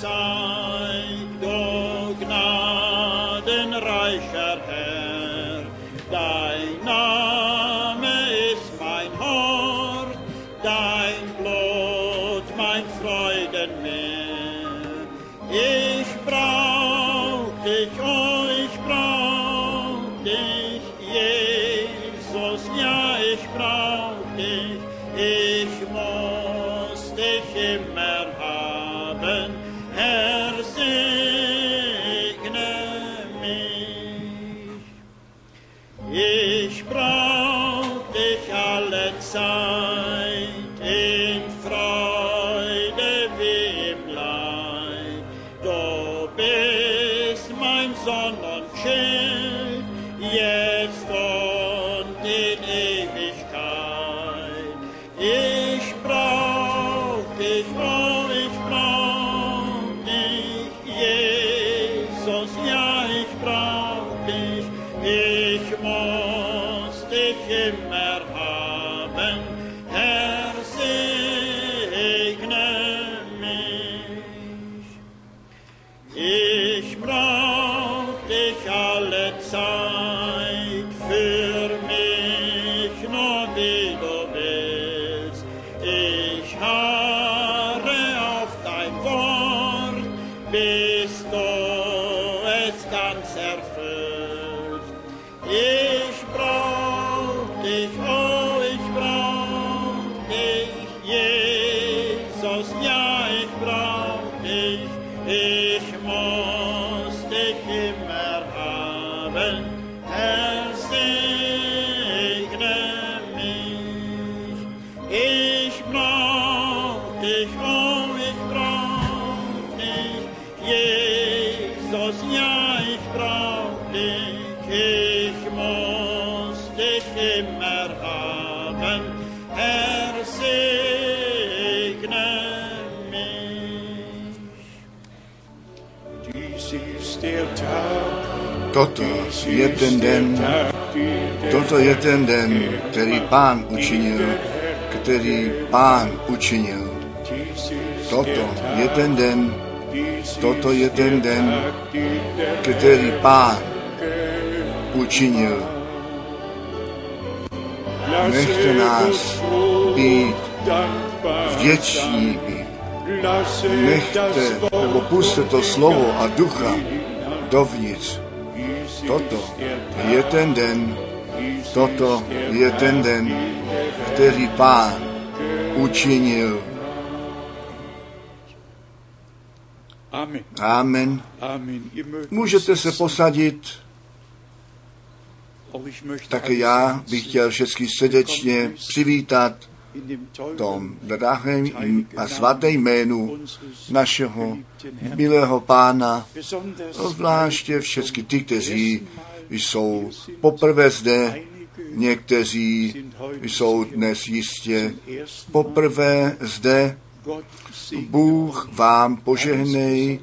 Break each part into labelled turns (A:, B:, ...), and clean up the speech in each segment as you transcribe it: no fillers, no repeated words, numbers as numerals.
A: Zeit, du gnadenreicher Herr, dein Name ist mein Hort, dein Blut mein Freudenmeer. Ich brauch dich, oh, ich brauch dich, Jesus, ja, ich brauch dich, ich muss dich immer haben, Herr, segne mich. Ich brauch dich alle Zeit, in Freude wie im Leid. Du bist mein Sonn und Schild, jetzt und in Ewigkeit. Ich brauch dich, oh, ich brauch dich, Jesus, ja, ich brauch dich, ich muss dich immer haben, Herr, segne mich. Ich brauch dich alle Zeit, für mich nur wie du willst. Ich harre auf dein Wort, bis du es ganz erfüllst. Ich brauch dich, oh, ich brauch dich, Jesus, ja, ich brauch dich, ich muss dich immer haben, Herr, segne mich. Ich brauch dich, oh, ich brauch dich, Jesus, ja, ich brauch dich, ich muss dich immer haben, Herr, segne mich.
B: Toto je ten den, který Pán učinil, Toto je ten den, který Pán učinil. Nechte nás být vděční. Nechte, nebo puste to slovo a ducha dovnitř. Toto je ten den, který Pán učinil. Amen. Můžete se posadit. Také já bych chtěl všechny srdečně přivítat v tom drahém a svatém jménu našeho milého Pána, zvláště všechny ty, kteří jsou poprvé zde, někteří jsou dnes jistě poprvé zde. Bůh vám požehnej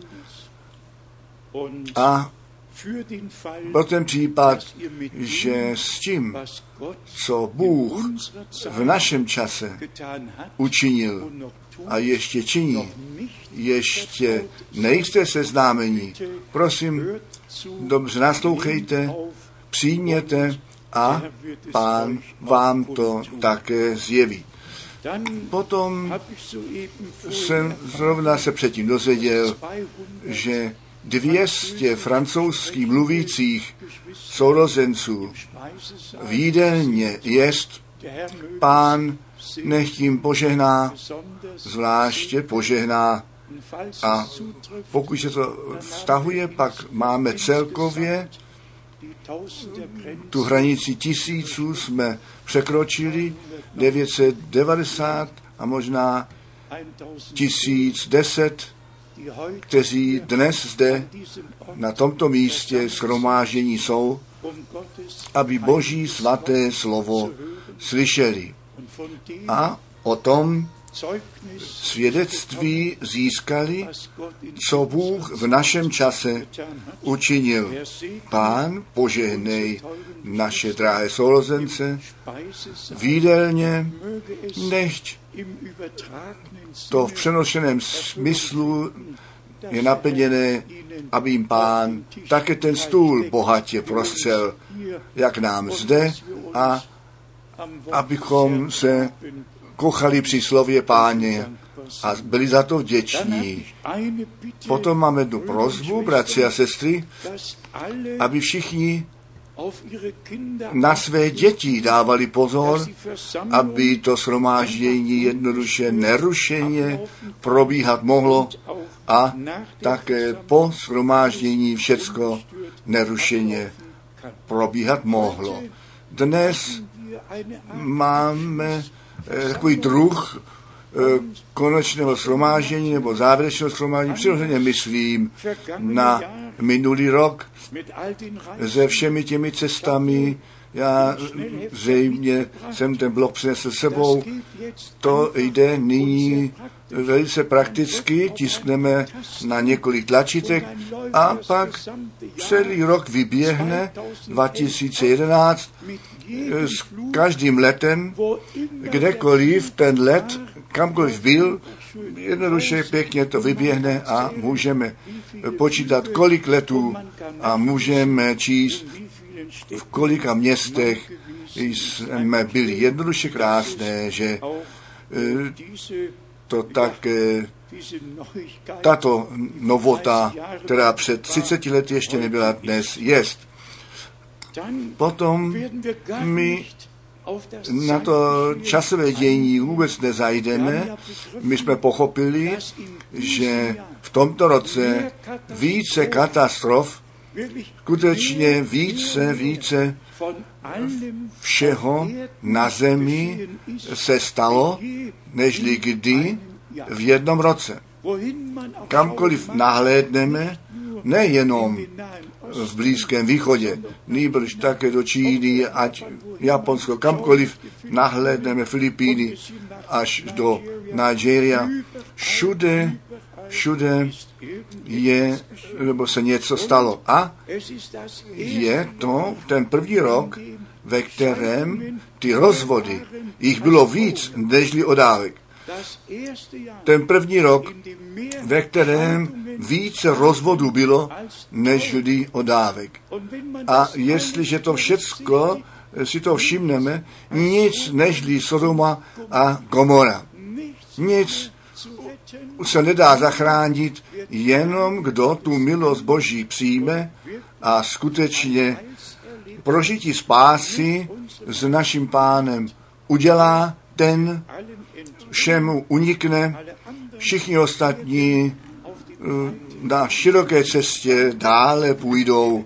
B: a pro ten případ, že s tím, co Bůh v našem čase učinil a ještě činí, ještě nejste seznámeni, prosím, dobře naslouchejte, přijměte a Pán vám to také zjeví. Potom jsem zrovna se předtím dozvěděl, že 200 francouzských mluvících sourozenců v jídelně jest. Pán nech tím požehná, zvláště požehná. A pokud se to vztahuje, pak máme celkově tu hranici 1000 jsme překročili, 990 a možná 1010, kteří dnes zde na tomto místě shromáždění jsou, aby Boží svaté slovo slyšeli. A o tom svědectví získali, co Bůh v našem čase učinil. Pán požehnej naše drahé sourozence v jídelně, nechť to v přenošeném smyslu je naplněné, aby jim Pán také ten stůl bohatě prostřel, jak nám zde, a abychom se kochali při slově Páně a byli za to vděční. Potom máme jednu prosbu, bratři a sestry, aby všichni na své děti dávali pozor, aby to shromáždění jednoduše nerušeně probíhat mohlo a také po shromáždění všecko nerušeně probíhat mohlo. Dnes máme takový druh konečného shromáždění nebo závěrečného shromáždění. Přirozeně myslím na minulý rok se všemi těmi cestami. Já zřejmě jsem ten blok přinesl sebou. To jde nyní velice prakticky, tiskneme na několik tlačítek a pak celý rok vyběhne 2011 s každým letem, kdekoliv ten let, kamkoliv byl, jednoduše pěkně to vyběhne a můžeme počítat, kolik letů a můžeme číst, v kolika městech jsme byli. Jednoduše krásné, že to také tato novota, která před 30 lety ještě nebyla, dnes jest. Potom my na to časové dění vůbec nezajdeme. My jsme pochopili, že v tomto roce více katastrof, skutečně více všeho na zemi se stalo, nežli kdy v jednom roce. Kamkoliv nahlédneme, nejenom v Blízkém východě, nýbrž také do Číny, ať Japonsko, kamkoliv nahlédneme, Filipíny až do Nigeria, všude je, nebo se něco stalo. A je to ten první rok, ve kterém ty rozvody, jich bylo víc nežli odávek. Ten první rok, ve kterém více rozvodů bylo nežli odávek. A jestliže to všecko si to všimneme, nic nežli Sodoma a Gomora. Nic se nedá zachránit, jenom kdo tu milost Boží přijme a skutečně prožití spásy s naším Pánem udělá, ten všemu unikne, všichni ostatní na široké cestě dále půjdou,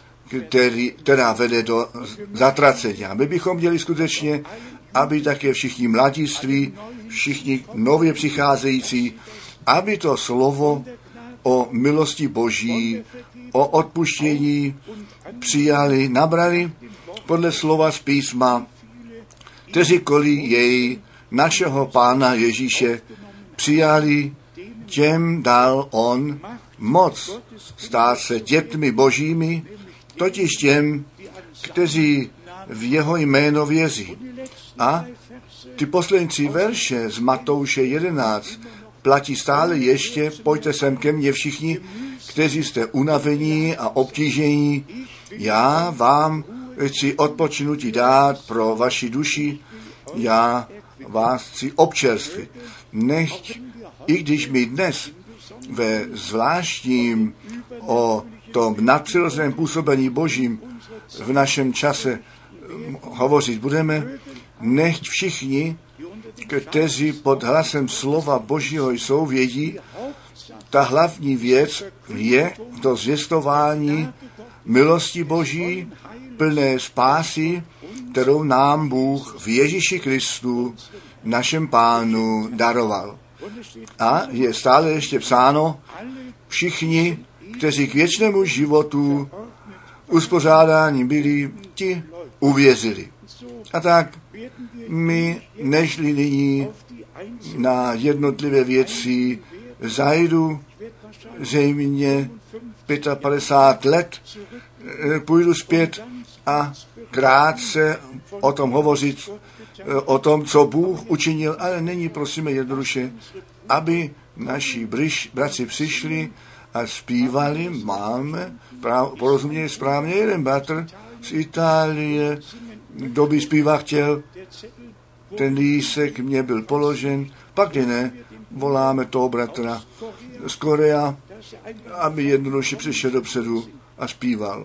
B: která vede do zatracení. A my bychom měli skutečně, aby také všichni mladiství, všichni nově přicházející, aby to slovo o milosti Boží, o odpuštění přijali, nabrali podle slova z písma, kteříkoliv jej, našeho Pána Ježíše, přijali, těm dal on moc stát se dětmi Božími, totiž těm, kteří v jeho jméno věří. A ty poslední 3 verše z Matouše 11 platí stále ještě, pojďte sem ke mně všichni, kteří jste unavení a obtížení, já vám chci odpočinutí dát pro vaši duši, já vás chci občerstvit. Nechť, i když my dnes ve zvláštním o tom nadpřirozeném působení Božím v našem čase hovořit budeme, nechť všichni, kteří pod hlasem slova Božího jsou, vědí, ta hlavní věc je to zvěstování milosti Boží, plné spásy, kterou nám Bůh v Ježíši Kristu, našem Pánu, daroval. A je stále ještě psáno, všichni, kteří k věčnému životu uspořádání byli, ti uvěřili. A tak my nežli nyní na jednotlivé věci zajdu, zřejmě 55 let, půjdu zpět a krátce o tom hovořit, o tom, co Bůh učinil, ale nyní prosíme jednoduše, aby naši bratři přišli a zpívali, máme, porozuměli správně, jeden bratr z Itálie, kdo by zpívat chtěl, ten lísek mě byl položen, pak ne, voláme toho bratra z Korea, aby jednoduše přišel dopředu a zpíval.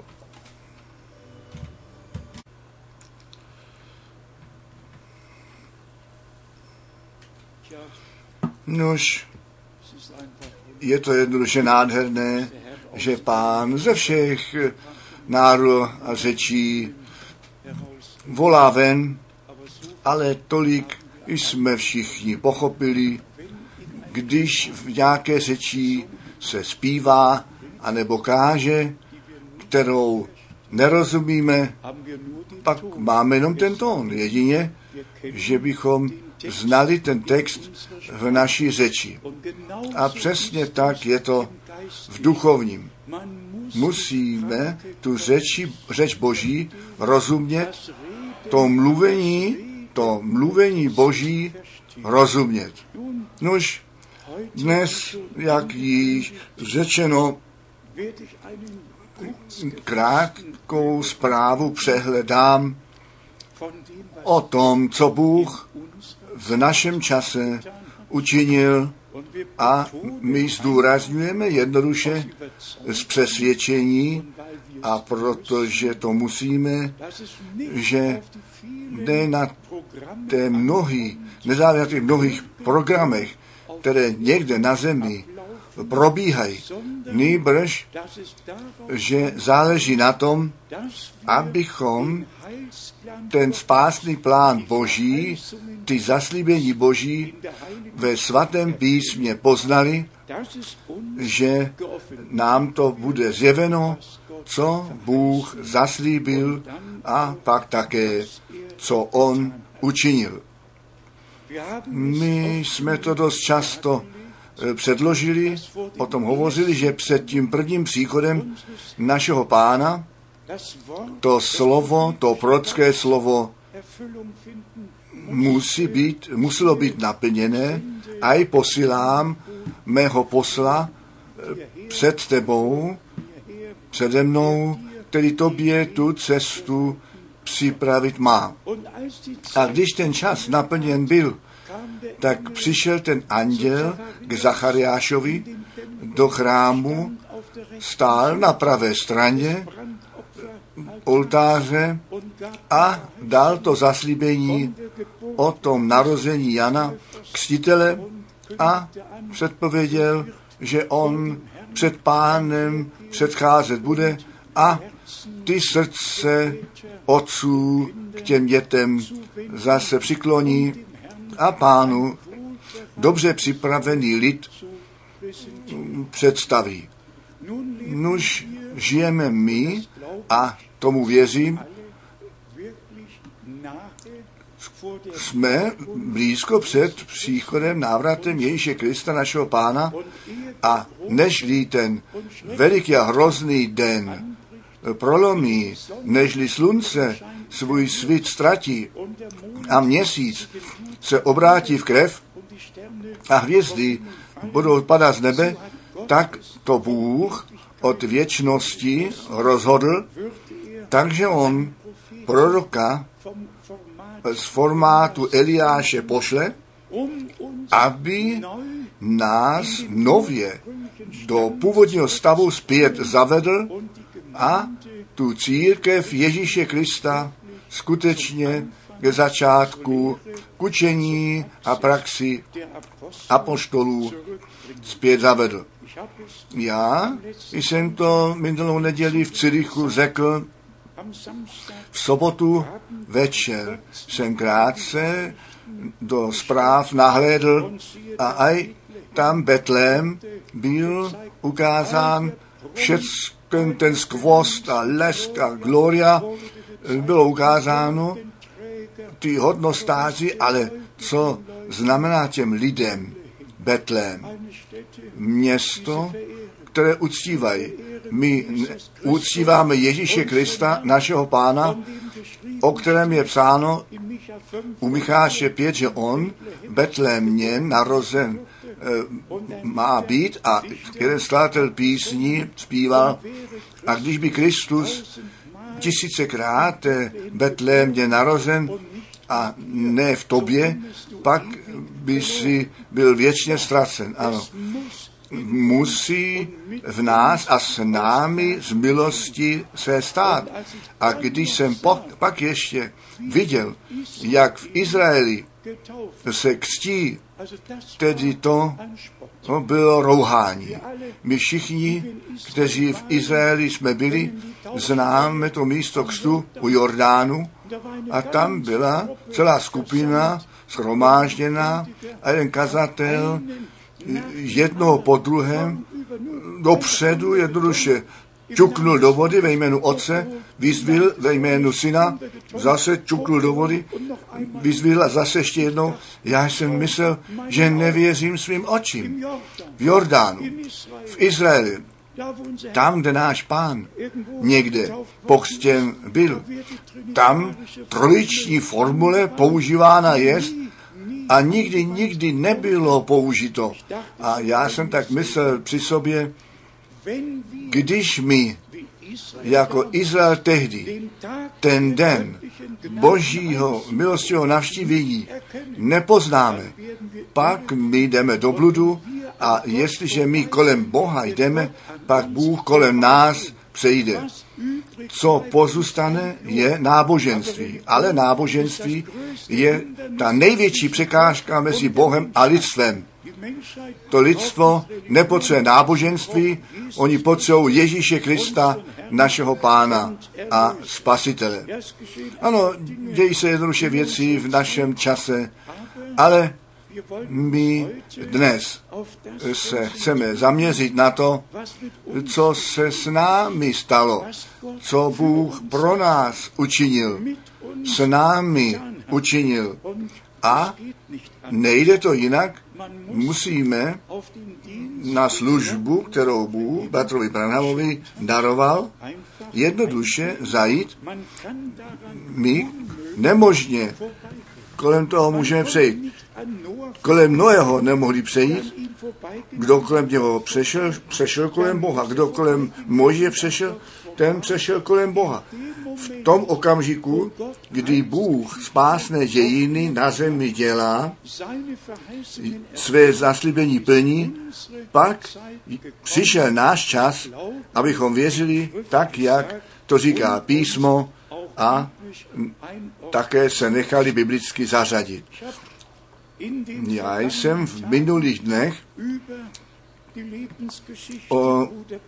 B: Nož, je to jednoduše nádherné, že Pán ze všech národů a řečí volá ven, ale tolik jsme všichni pochopili, když v nějaké řeči se zpívá anebo káže, kterou nerozumíme, pak máme jenom ten tón. Jedině, že bychom znali ten text v naší řeči. A přesně tak je to v duchovním. Musíme tu řeč Boží rozumět, to mluvení Boží rozumět. Nož dnes, jak již řečeno, krátkou zprávu přehledám o tom, co Bůh v našem čase učinil, a my zdůrazňujeme jednoduše z přesvědčení, a protože to musíme, že ne na těch mnohých programech, které někde na zemi probíhají, nýbrž, že záleží na tom, abychom ten spásný plán Boží, ty zaslíbení Boží ve svatém písmě poznali, že nám to bude zjeveno, co Bůh zaslíbil a pak také, co On učinil. My jsme to dost často předložili, o tom hovořili, že před tím prvním příchodem našeho Pána to prorocké slovo muselo být naplněné, a i posílám mého posla před tebou, přede mnou, který tobě tu cestu připravit má. A když ten čas naplněn byl, tak přišel ten anděl k Zachariášovi do chrámu, stál na pravé straně oltáře a dal to zaslíbení o tom narození Jana Křtitele a předpověděl, že on před Pánem předcházet bude a ty srdce otců k těm dětem zase přikloní a Pánu dobře připravený lid představí. Nuž žijeme my, a tomu věřím, jsme blízko před příchodem, návratem Ježíše Krista, našeho Pána, a nežli ten veliký a hrozný den prolomí, nežli slunce svůj svit ztratí a měsíc se obrátí v krev a hvězdy budou padat z nebe, tak to Bůh od věčnosti rozhodl, takže on proroka z formátu Eliáše pošle, aby nás nově do původního stavu zpět zavedl a tu církev Ježíše Krista skutečně ke začátku k učení a praxi apoštolů zpět zavedl. Já jsem to minulou neděli v Cyrichu řekl, v sobotu večer jsem krátce do zpráv nahlédl a aj tam Betlém byl ukázán všechny ten skvost a lesk a gloria, bylo ukázáno ty hodnostáři, ale co znamená těm lidem Betlém? Město, které uctívají. My uctíváme Ježíše Krista, našeho Pána, o kterém je psáno u Micháše 5, že on, Betlémě, narozen má být a jeden skladatel písní zpíval, a když by Kristus tisícekrát Betlémě narozen a ne v tobě, pak by si byl věčně ztracen. Ano, musí v nás a s námi z milosti své stát. A když jsem pak ještě viděl, jak v Izraeli se křtí, tedy to bylo rouhání. My všichni, kteří v Izraeli jsme byli, známe to místo křtu u Jordánu a tam byla celá skupina shromážděná a jeden kazatel jednoho po druhém dopředu jednoduše čuknul do vody ve jménu Otce, vyzdvihl ve jménu Syna, zase čuknul do vody, vyzdvihl a zase ještě jednou. Já jsem myslel, že nevěřím svým očím. V Jordánu, v Izraeli, tam, kde náš Pán někde pokřtěn byl, tam trojiční formule používána jest a nikdy nebylo použito. A já jsem tak myslel při sobě, když my jako Izrael tehdy ten den Božího milostivého navštívění nepoznáme, pak my jdeme do bludu a jestliže my kolem Boha jdeme, pak Bůh kolem nás přejde. Co pozůstane, je náboženství. Ale náboženství je ta největší překážka mezi Bohem a lidstvem. To lidstvo nepotřebuje náboženství, oni potřebují Ježíše Krista, našeho Pána a Spasitele. Ano, dějí se jednoduše věci v našem čase, ale my dnes se chceme zaměřit na to, co se s námi stalo, co Bůh pro nás učinil, s námi učinil. A nejde to jinak, musíme na službu, kterou Bůh bratrovi Branhamovi daroval, jednoduše zajít. My nemožně kolem toho můžeme přejít. Kolem Noého nemohli přejít. Kdo kolem něho přešel kolem Boha. Kdo kolem Mojžíše přešel, ten přešel kolem Boha. V tom okamžiku, kdy Bůh spásné dějiny na zemi dělá, své zaslíbení plní, pak přišel náš čas, abychom věřili tak, jak to říká písmo a také se nechali biblicky zařadit. Já jsem v minulých dnech o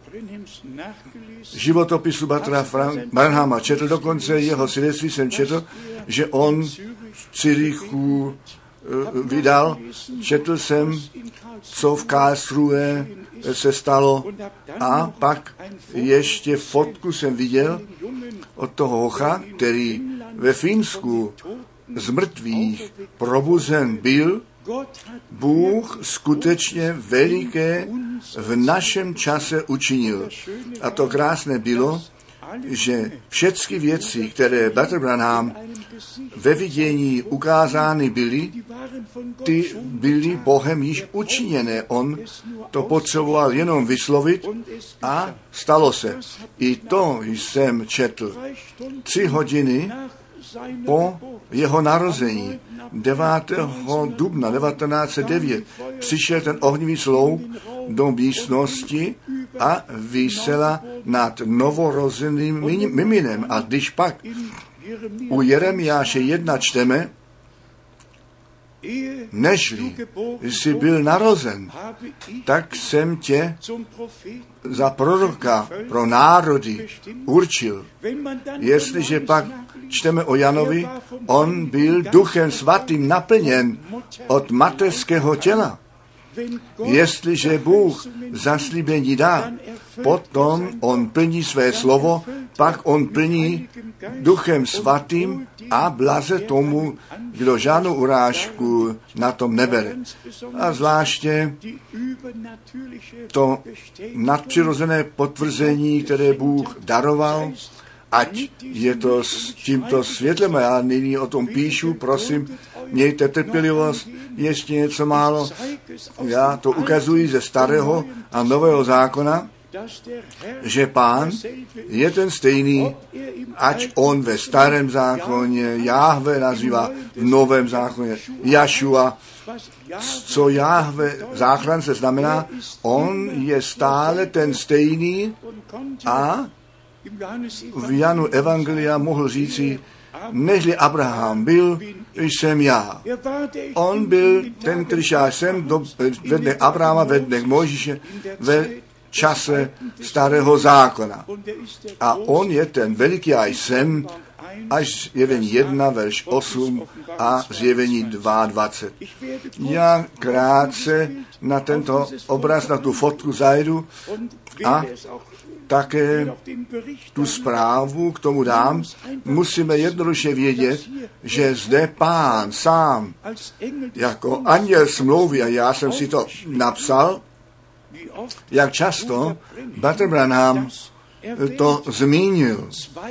B: životopisu bratra Branhama četl, dokonce jeho svědectví jsem četl, že on v Cirichu vydal. Četl jsem, co v Karlsruhe se stalo a pak ještě fotku jsem viděl od toho hocha, který ve Finsku z mrtvých probuzen byl. Bůh skutečně veliké v našem čase učinil. A to krásné bylo, že všechny věci, které bratr Branham ve vidění ukázány byly, ty byly Bohem již učiněné. On to potřeboval jenom vyslovit a stalo se. I to jsem četl 3 hodiny po jeho narození. 9. dubna 1909 přišel ten ohnivý sloup do místnosti a visela nad novorozeným miminem. A když pak u Jeremiáše 1 čteme, nežli jsi byl narozen, tak jsem tě za proroka pro národy určil. Jestliže pak čteme o Janovi, on byl Duchem Svatým naplněn od mateřského těla. Jestliže Bůh zaslíbení dá, potom on plní své slovo, pak on plní Duchem Svatým a blaze tomu, kdo žádnou urážku na tom nebere. A zvláště to nadpřirozené potvrzení, které Bůh daroval, ať je to s tímto světlem, já nyní o tom píšu, prosím, mějte trpělivost, ještě něco málo, Já to ukazuji ze starého a nového zákona, že Pán je ten stejný, ať on ve starém zákoně Jahve nazývá, v novém zákoně Jašua. Co Jahve záchrance znamená, on je stále ten stejný a v Janu Evangelia mohl říci, nežli Abraham byl, jsem já. On byl ten, který já jsem ve dnech Abrahama, ve dnech Mojžíše, ve čase starého zákona. A on je ten veliký já jsem, až zjevení 1, verš 8 a zjevení 22. Já krátce na tento obraz, na tu fotku zajdu a také tu zprávu k tomu dám. Musíme jednoduše vědět, že zde Pán sám jako anděl smlouvy, a já jsem si to napsal, jak často Bratr Branham to zmínil.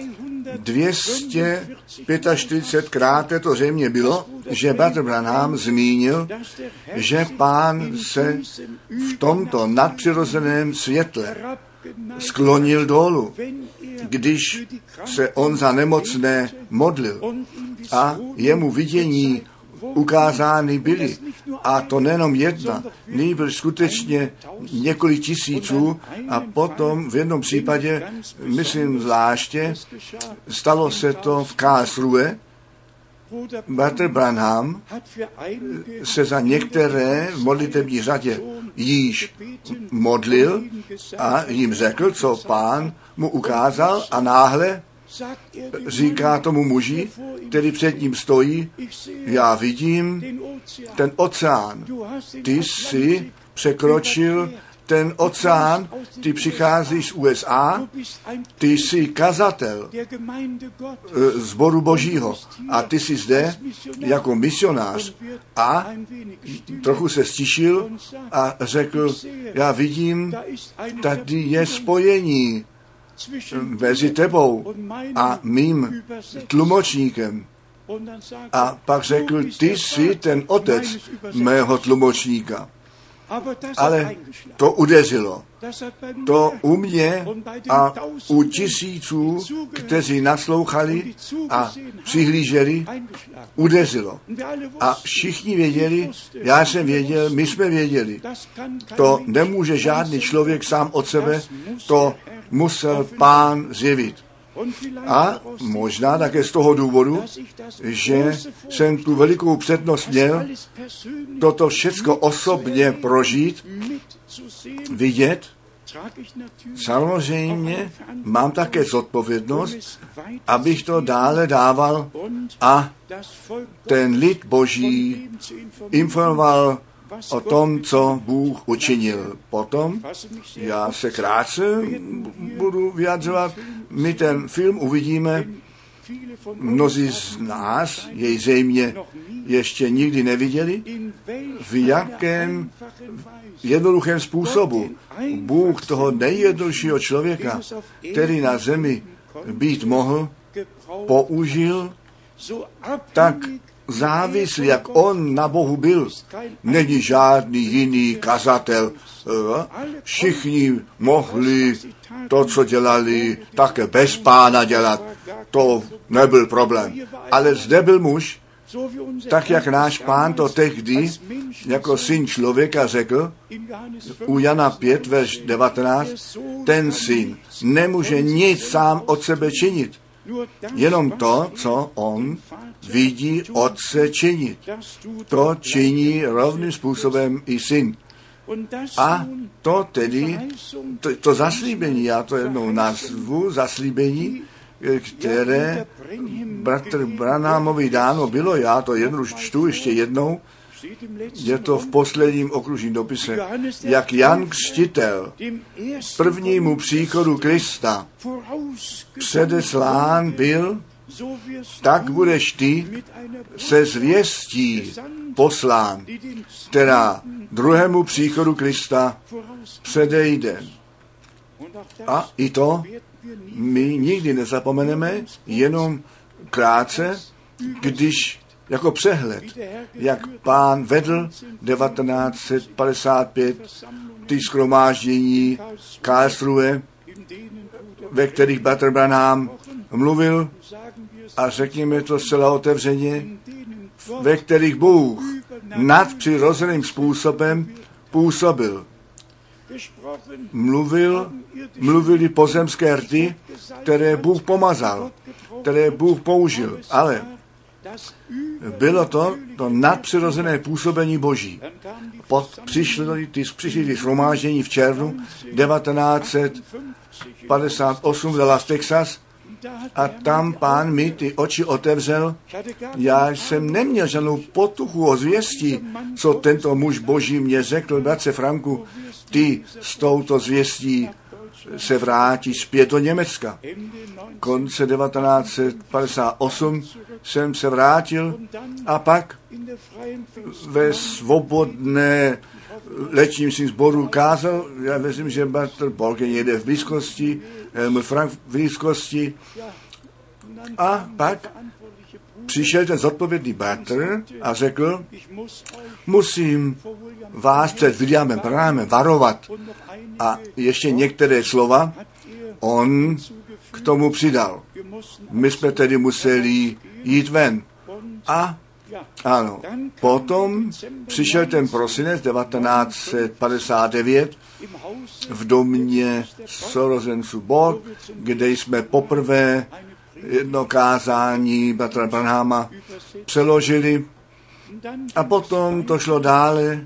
B: 245krát to zřejmě bylo, že Bratr Branham zmínil, že Pán se v tomto nadpřirozeném světle sklonil dolů, když se on za nemocné modlil a jemu vidění ukázány byly. A to nejenom jedna, nýbrž skutečně několik tisíců a potom v jednom případě, myslím zvláště, stalo se to v Karlsruhe. Bratr Branham se za některé v modlitební řadě již modlil a jim řekl, co Pán mu ukázal a náhle říká tomu muži, který před ním stojí, já vidím ten oceán. Ty jsi překročil ten oceán, ty přicházíš z USA, ty jsi kazatel sboru Božího a ty jsi zde jako misionář. A trochu se stišil a řekl, já vidím, tady je spojení mezi tebou a mým tlumočníkem. A pak řekl, ty jsi ten otec mého tlumočníka. Ale to udeřilo. To u mě a u tisíců, kteří naslouchali a přihlíželi, udeřilo. A všichni věděli, já jsem věděl, my jsme věděli. To nemůže žádný člověk sám od sebe, to musel Pán zjevit. A možná také z toho důvodu, že jsem tu velikou přednost měl toto všecko osobně prožít, vidět. Samozřejmě mám také zodpovědnost, abych to dále dával a ten lid Boží informoval o tom, co Bůh učinil. Potom já se krátce budu vyjadřovat. My ten film uvidíme. Mnozí z nás jej zřejmě ještě nikdy neviděli. V jakém jednoduchém způsobu Bůh toho nejjednoduššího člověka, který na zemi být mohl, použil tak závislý, jak on na Bohu byl. Není žádný jiný kazatel. Všichni mohli to, co dělali, také bez Pána dělat. To nebyl problém. Ale zde byl muž, tak jak náš Pán to tehdy jako syn člověka řekl, u Jana 5, verš 19, ten syn nemůže nic sám od sebe činit. Jenom to, co on vidí otce činit. To činí rovným způsobem i syn. A to tedy, to zaslíbení, já to jednou nazvu, zaslíbení, které bratr Branhamovi dáno bylo, já to jednou čtu ještě jednou, je to v posledním okružním dopise, jak Jan Křtitel prvnímu příchodu Krista předeslán byl, tak budeš ty se zvěstí poslán, která druhému příchodu Krista předejde. A i to my nikdy nezapomeneme, jenom krátce, když jako přehled, jak Pán vedl 1955 ty shromáždění Karlsruhe, ve kterých bratr Branham mluvil, a řekněme to zcela otevřeně, ve kterých Bůh nadpřirozeným způsobem působil. Mluvili pozemské rty, které Bůh pomazal, které Bůh použil, ale bylo to nadpřirozené působení Boží. Přišli ty shromáždění v červnu 1958 v Dallas, Texas, a tam Pán mi ty oči otevřel. Já jsem neměl žádnou potuchu o zvěstí, co tento muž Boží mě řekl: bratře Franku, ty s touto zvěstí se vrátí zpět do Německa. Konce 1958 jsem se vrátil a pak ve svobodné letním sboru kázal. Já myslím, že bratr Bolke někde v blízkosti, Frank v blízkosti. A pak přišel ten zodpovědný bratr a řekl: musím vás před Williamem Branhamem varovat. A ještě některé slova on k tomu přidal. My jsme tedy museli jít ven. A ano, potom přišel ten prosinec 1959 v domě sorozenců Borg, kde jsme poprvé jedno kázání bratra Branhama přeložili. A potom to šlo dále,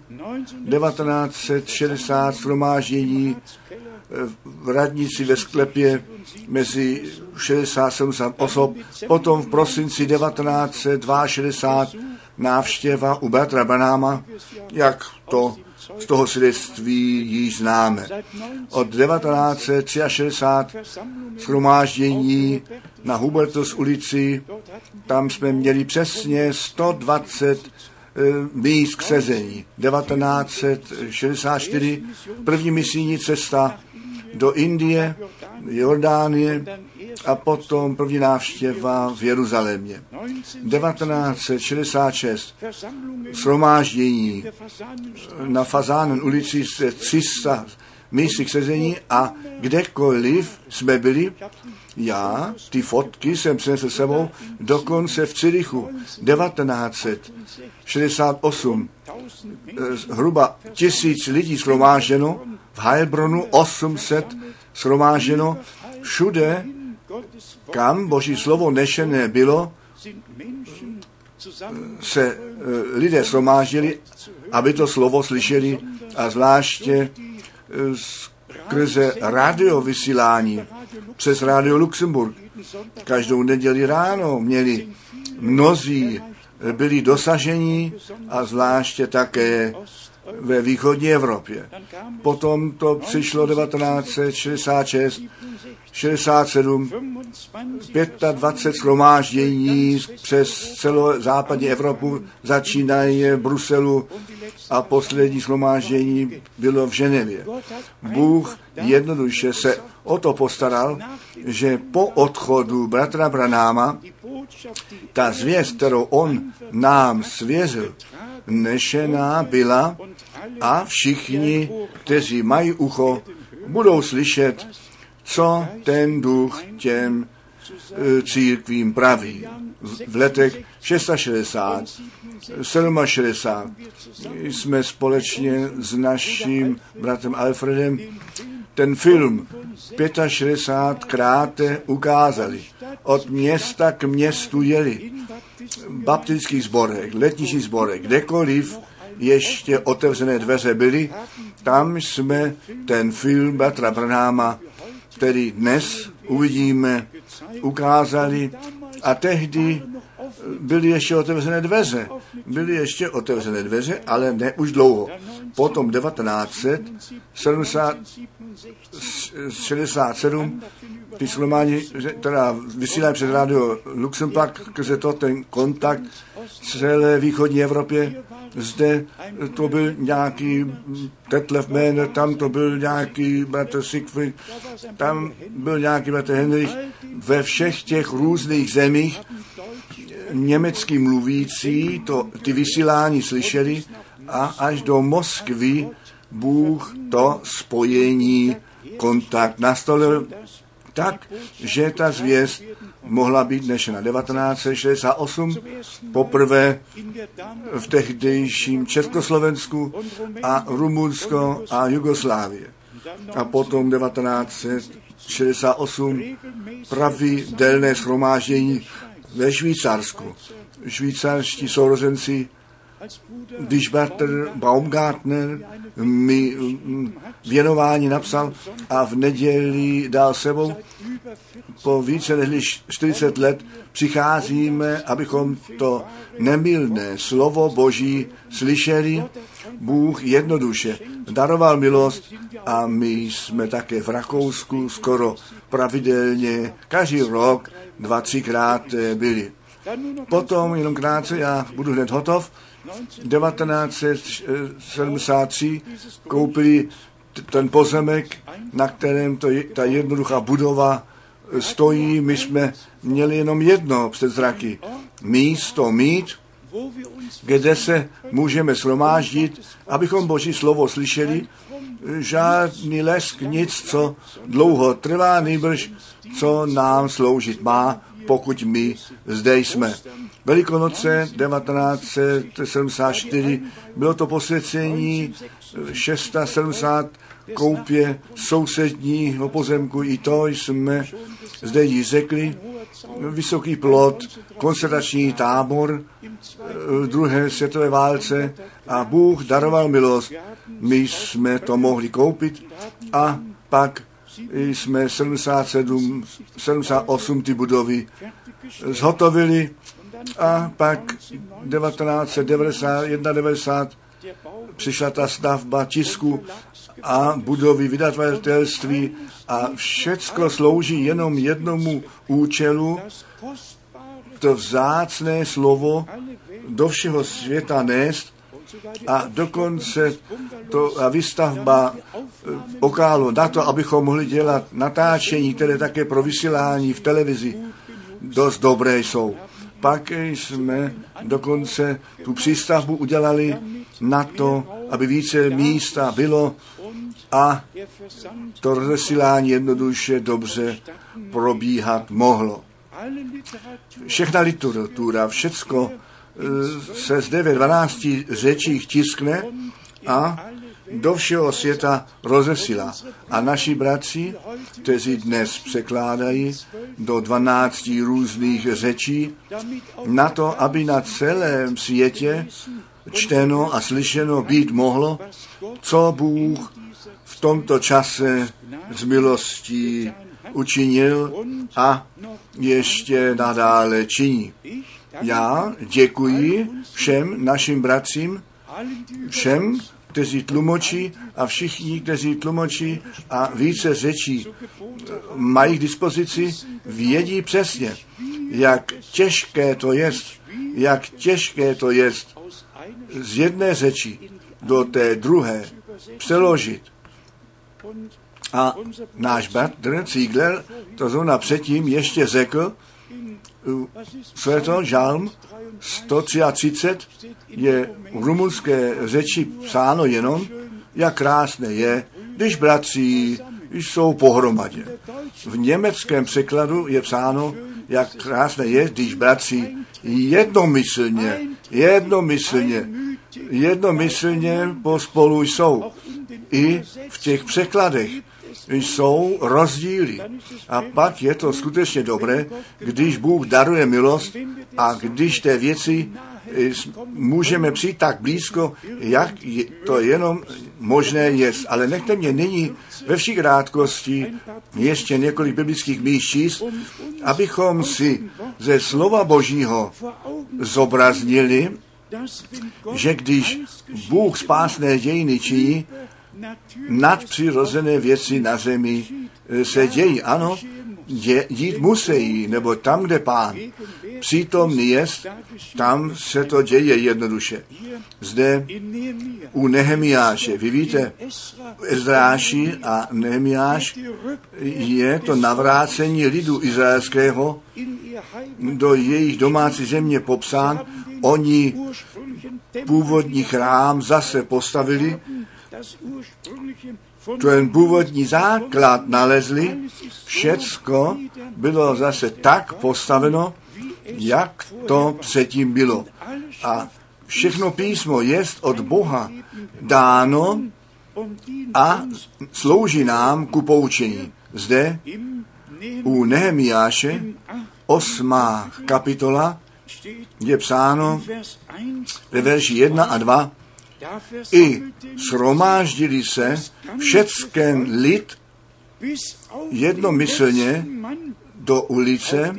B: 1960 shromáždění v radnici ve sklepě mezi 60-70 osob, potom v prosinci 1962 návštěva u bratra Branhama, jak to z toho svědectví již známe. Od 1963 shromáždění na Hubertus ulici, tam jsme měli přesně 120 míst k sezení. 1964 první misijní cesta do Indie, Jordánie a potom první návštěva v Jeruzalémě. 1966 shromáždění na Fasánen ulici se 300 místy k sezení a kdekoliv jsme byli, já ty fotky jsem přinesl sebou, dokonce v Cirichu 1968 hruba 1000 lidí shromážděno, v Heilbronu 800 shromážděno, všude, kam Boží slovo nešené bylo, se lidé shromáždili, aby to slovo slyšeli, a zvláště skrze radiovysílání přes Radio Luxemburg. Každou neděli ráno měli mnozí byli dosaženi, a zvláště také ve východní Evropě. Potom to přišlo 1966, 67, 25 shromáždění přes celou západní Evropu, začínají v Bruselu a poslední shromáždění bylo v Ženevě. Bůh jednoduše se o to postaral, že po odchodu bratra Branhama ta zvěst, kterou on nám svěřil, nešená byla a všichni, kteří mají ucho, budou slyšet, co ten duch těm církvím praví. V letech 66, 67 jsme společně s naším bratrem Alfredem ten film 65krát ukázali. Od města k městu jeli. Baptických sborech, letničních sborech, kdekoliv ještě otevřené dveře byly, tam jsme ten film bratra Branhama, který dnes uvidíme, ukázali, a tehdy byly ještě otevřené dveře, ale ne už dlouho. Potom 1967 ty shromáždění, teda vysílají přes Radio Luxemburg, skrze to ten kontakt celé východní Evropě. Zde to byl nějaký Detlef Mehner, tam to byl nějaký bratr Siegfried, tam byl nějaký bratr Henrich. Ve všech těch různých zemích německy mluvící ty vysílání slyšeli a až do Moskvy Bůh to spojení, kontakt nastolil tak, že ta zvěst mohla být nešena. 1968 poprvé v tehdejším Československu a Rumunsko a Jugoslávie. A potom 1968 pravidelné shromáždění ve Švýcarsku. Švýcarští sourozenci, když bratr Baumgartner mi věnování napsal a v neděli dal sebou, po více než 40 let přicházíme, abychom to nemylné slovo Boží slyšeli. Bůh jednoduše daroval milost a my jsme také v Rakousku skoro pravidelně každý rok 2-3krát byli. Potom jenom krátce, já budu hned hotov, 1973 koupili ten pozemek, na kterém ta jednoduchá budova stojí. My jsme měli jenom jedno před zraky. Místo mít, kde se můžeme shromáždit, abychom Boží slovo slyšeli. Žádný lesk, nic, co dlouho trvá, nejbrž, co nám sloužit má, pokud my zde jsme. Velikonoce 1974, bylo to posvěcení 670 koupě sousedního pozemku, i to jsme zde již řekli, vysoký plot, koncentrační tábor v druhé světové válce a Bůh daroval milost. My jsme to mohli koupit a pak jsme 78 ty budovy zhotovili a pak 1991 přišla ta stavba tisku a budovy vydavatelství a všecko slouží jenom jednomu účelu, to vzácné slovo do všeho světa nést a dokonce to výstavba okálo na to, abychom mohli dělat natáčení, které také pro vysílání v televizi dost dobré jsou. Pak jsme dokonce tu přístavbu udělali na to, aby více místa bylo a to rozesílání jednoduše dobře probíhat mohlo. Všechna literatura, všecko se zde ve 12 řečích tiskne a do všeho světa rozesílá. A naši bratři, kteří dnes překládají do 12 různých řečí, na to, aby na celém světě čteno a slyšeno být mohlo, co Bůh v tomto čase z milostí učinil a ještě nadále činí. Já děkuji všem našim bratřím, všem, kteří tlumočí a všichni, kteří tlumočí a více řečí mají k dispozici, vědí přesně, jak těžké to jest z jedné řeči do té druhé přeložit. A náš bratr Ziegler to zrovna předtím ještě řekl, co je to, žalm 133 je v rumunské řeči psáno jenom, jak krásné je, když bratři jsou pohromadě. V německém překladu je psáno, jak krásné je, když bratři jednomyslně pospolu jsou. I v těch překladech jsou rozdíly. A pak je to skutečně dobré, když Bůh daruje milost a když té věci můžeme přijít tak blízko, jak to jenom možné je. Ale nechte mě nyní ve vší krátkosti ještě několik biblických míst číst, abychom si ze slova Božího zobraznili, že když Bůh spásné dějiny činí, nadpřirozené věci na zemi se dějí. Ano, dít musí, nebo tam, kde Pán přítomný jest, tam se to děje jednoduše. Zde u Nehemiáše, vy víte, Ezráši a Nehemiáš je to navrácení lidu izraelského do jejich domácí země popsán. Oni původní chrám zase postavili, ten původní základ nalezli, všecko bylo zase tak postaveno, jak to předtím bylo. A všechno písmo jest od Boha dáno a slouží nám ku poučení. Zde u Nehemiáše 8. kapitola je psáno ve verši 1 a 2, i shromáždili se všecken lid jednomyslně do ulice,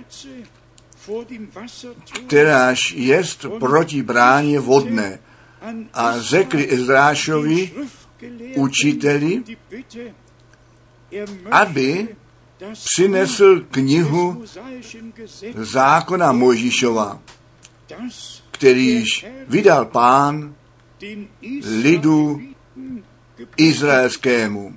B: kteráž jest proti bráně vodné. A řekli Ezrášovi, učiteli, aby přinesl knihu zákona Mojžíšova, kterýž vydal Pán lidu izraelskému.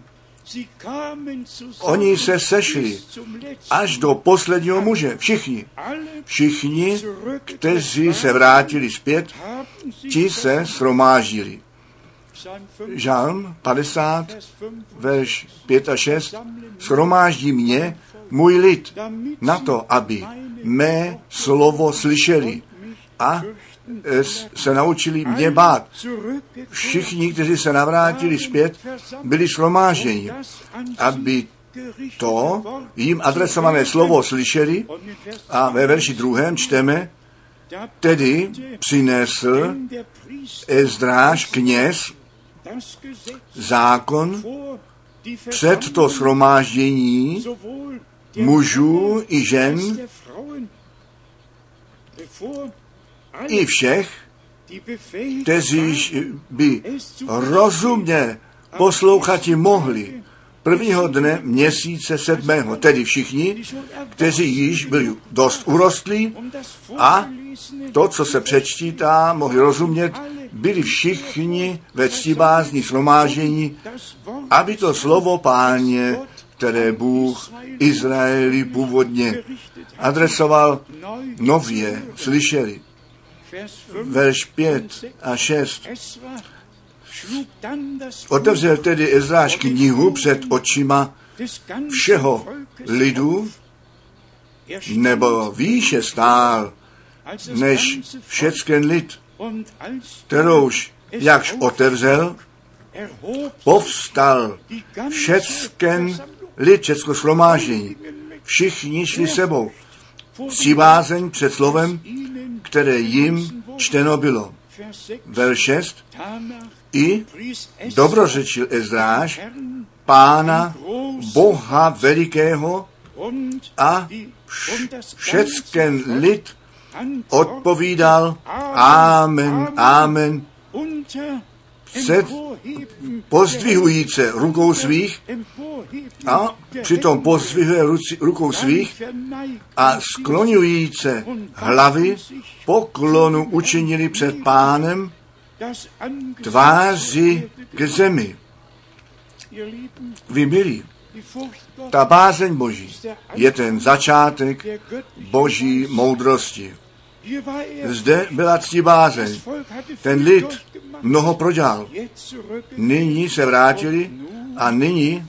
B: Oni se sešli až do posledního muže. Všichni, kteří se vrátili zpět, ti se shromáždili. Žalm 50, verš 5 a 6. Shromáždí mě, můj lid, na to, aby mé slovo slyšeli a se naučili mě bát. Všichni, kteří se navrátili zpět, byli shromážděni, aby to jim adresované slovo slyšeli. A ve verši 2. čteme, tedy přinesl Ezdráš kněz zákon před to shromáždění mužů i žen i všech, kteří by rozumně poslouchati mohli prvního dne měsíce 7. Tedy všichni, kteří již byli dost urostlí a to, co se přečtítá, mohli rozumět, byli všichni ve ctibázní shromáždění, aby to slovo Páně, které Bůh Izraeli původně adresoval, nově slyšeli. Verš 5 a 6. Otevřel tedy Ezráš knihu před očima všeho lidu, nebo výše stál než všecken lid, kterouž jakž otevřel, povstal všecken lid, všecko shromáždění. Všichni šli sebou. Ctibázeň před slovem, které jim čteno bylo. Verš 6. I dobrořečil Ezráš Pána, Boha velikého, a všecken lid odpovídal Amen, Amen, pozdvihujíce rukou svých, a přitom pozdvihuje rukou svých a skloňujíce hlavy poklonu učinili před Pánem tváři k zemi. Vy milí, ta bázeň Boží je ten začátek Boží moudrosti. Zde byla ctibázeň. Ten lid mnoho prodělal. Nyní se vrátili a nyní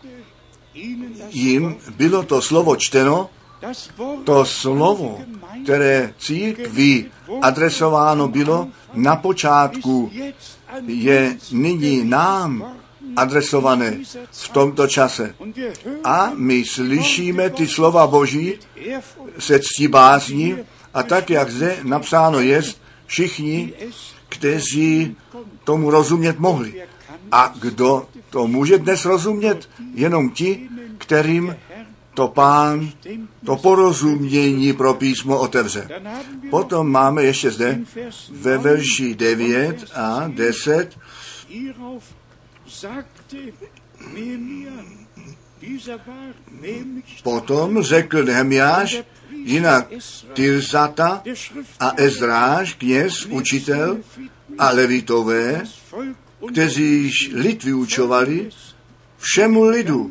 B: jim bylo to slovo čteno, to slovo, které církvi adresováno bylo na počátku, je nyní nám adresované v tomto čase. A my slyšíme ty slova Boží se ctibázní a tak, jak zde napsáno jest, všichni, kteří tomu rozumět mohli. A kdo to může dnes rozumět? Jenom ti, kterým to Pán to porozumění pro písmo otevře. Potom máme ještě zde ve verši 9 a 10 Potom řekl Nehemiáš, jinak Tirsata a Ezráš, kněz, učitel a levitové, kteří lid vyučovali, všemu lidu.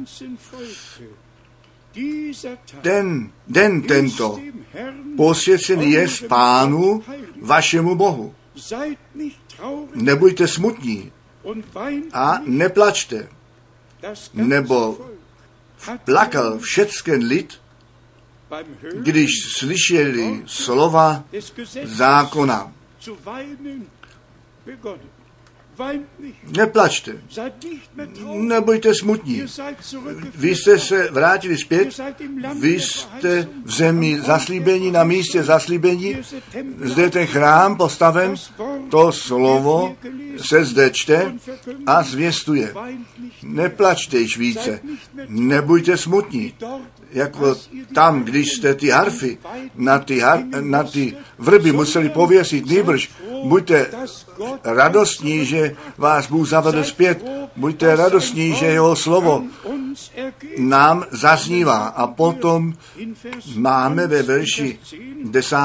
B: Den tento posvěcený je Pánu vašemu Bohu. Nebuďte smutní a neplačte, nebo plakal všecken lid, když slyšeli slova zákona. Neplačte, nebuďte smutní. Vy jste se vrátili zpět, vy jste v zemi zaslíbení, na místě zaslíbení, zde je ten chrám postaven, to slovo se zde čte a zvěstuje. Neplačte již více, nebuďte smutní. Jako tam, když jste ty harfy na ty vrby museli pověsit, nýbrž buďte radostní, že vás Bůh zavedl zpět, buďte radostní, že jeho slovo nám zaznívá. A potom máme ve verši 10.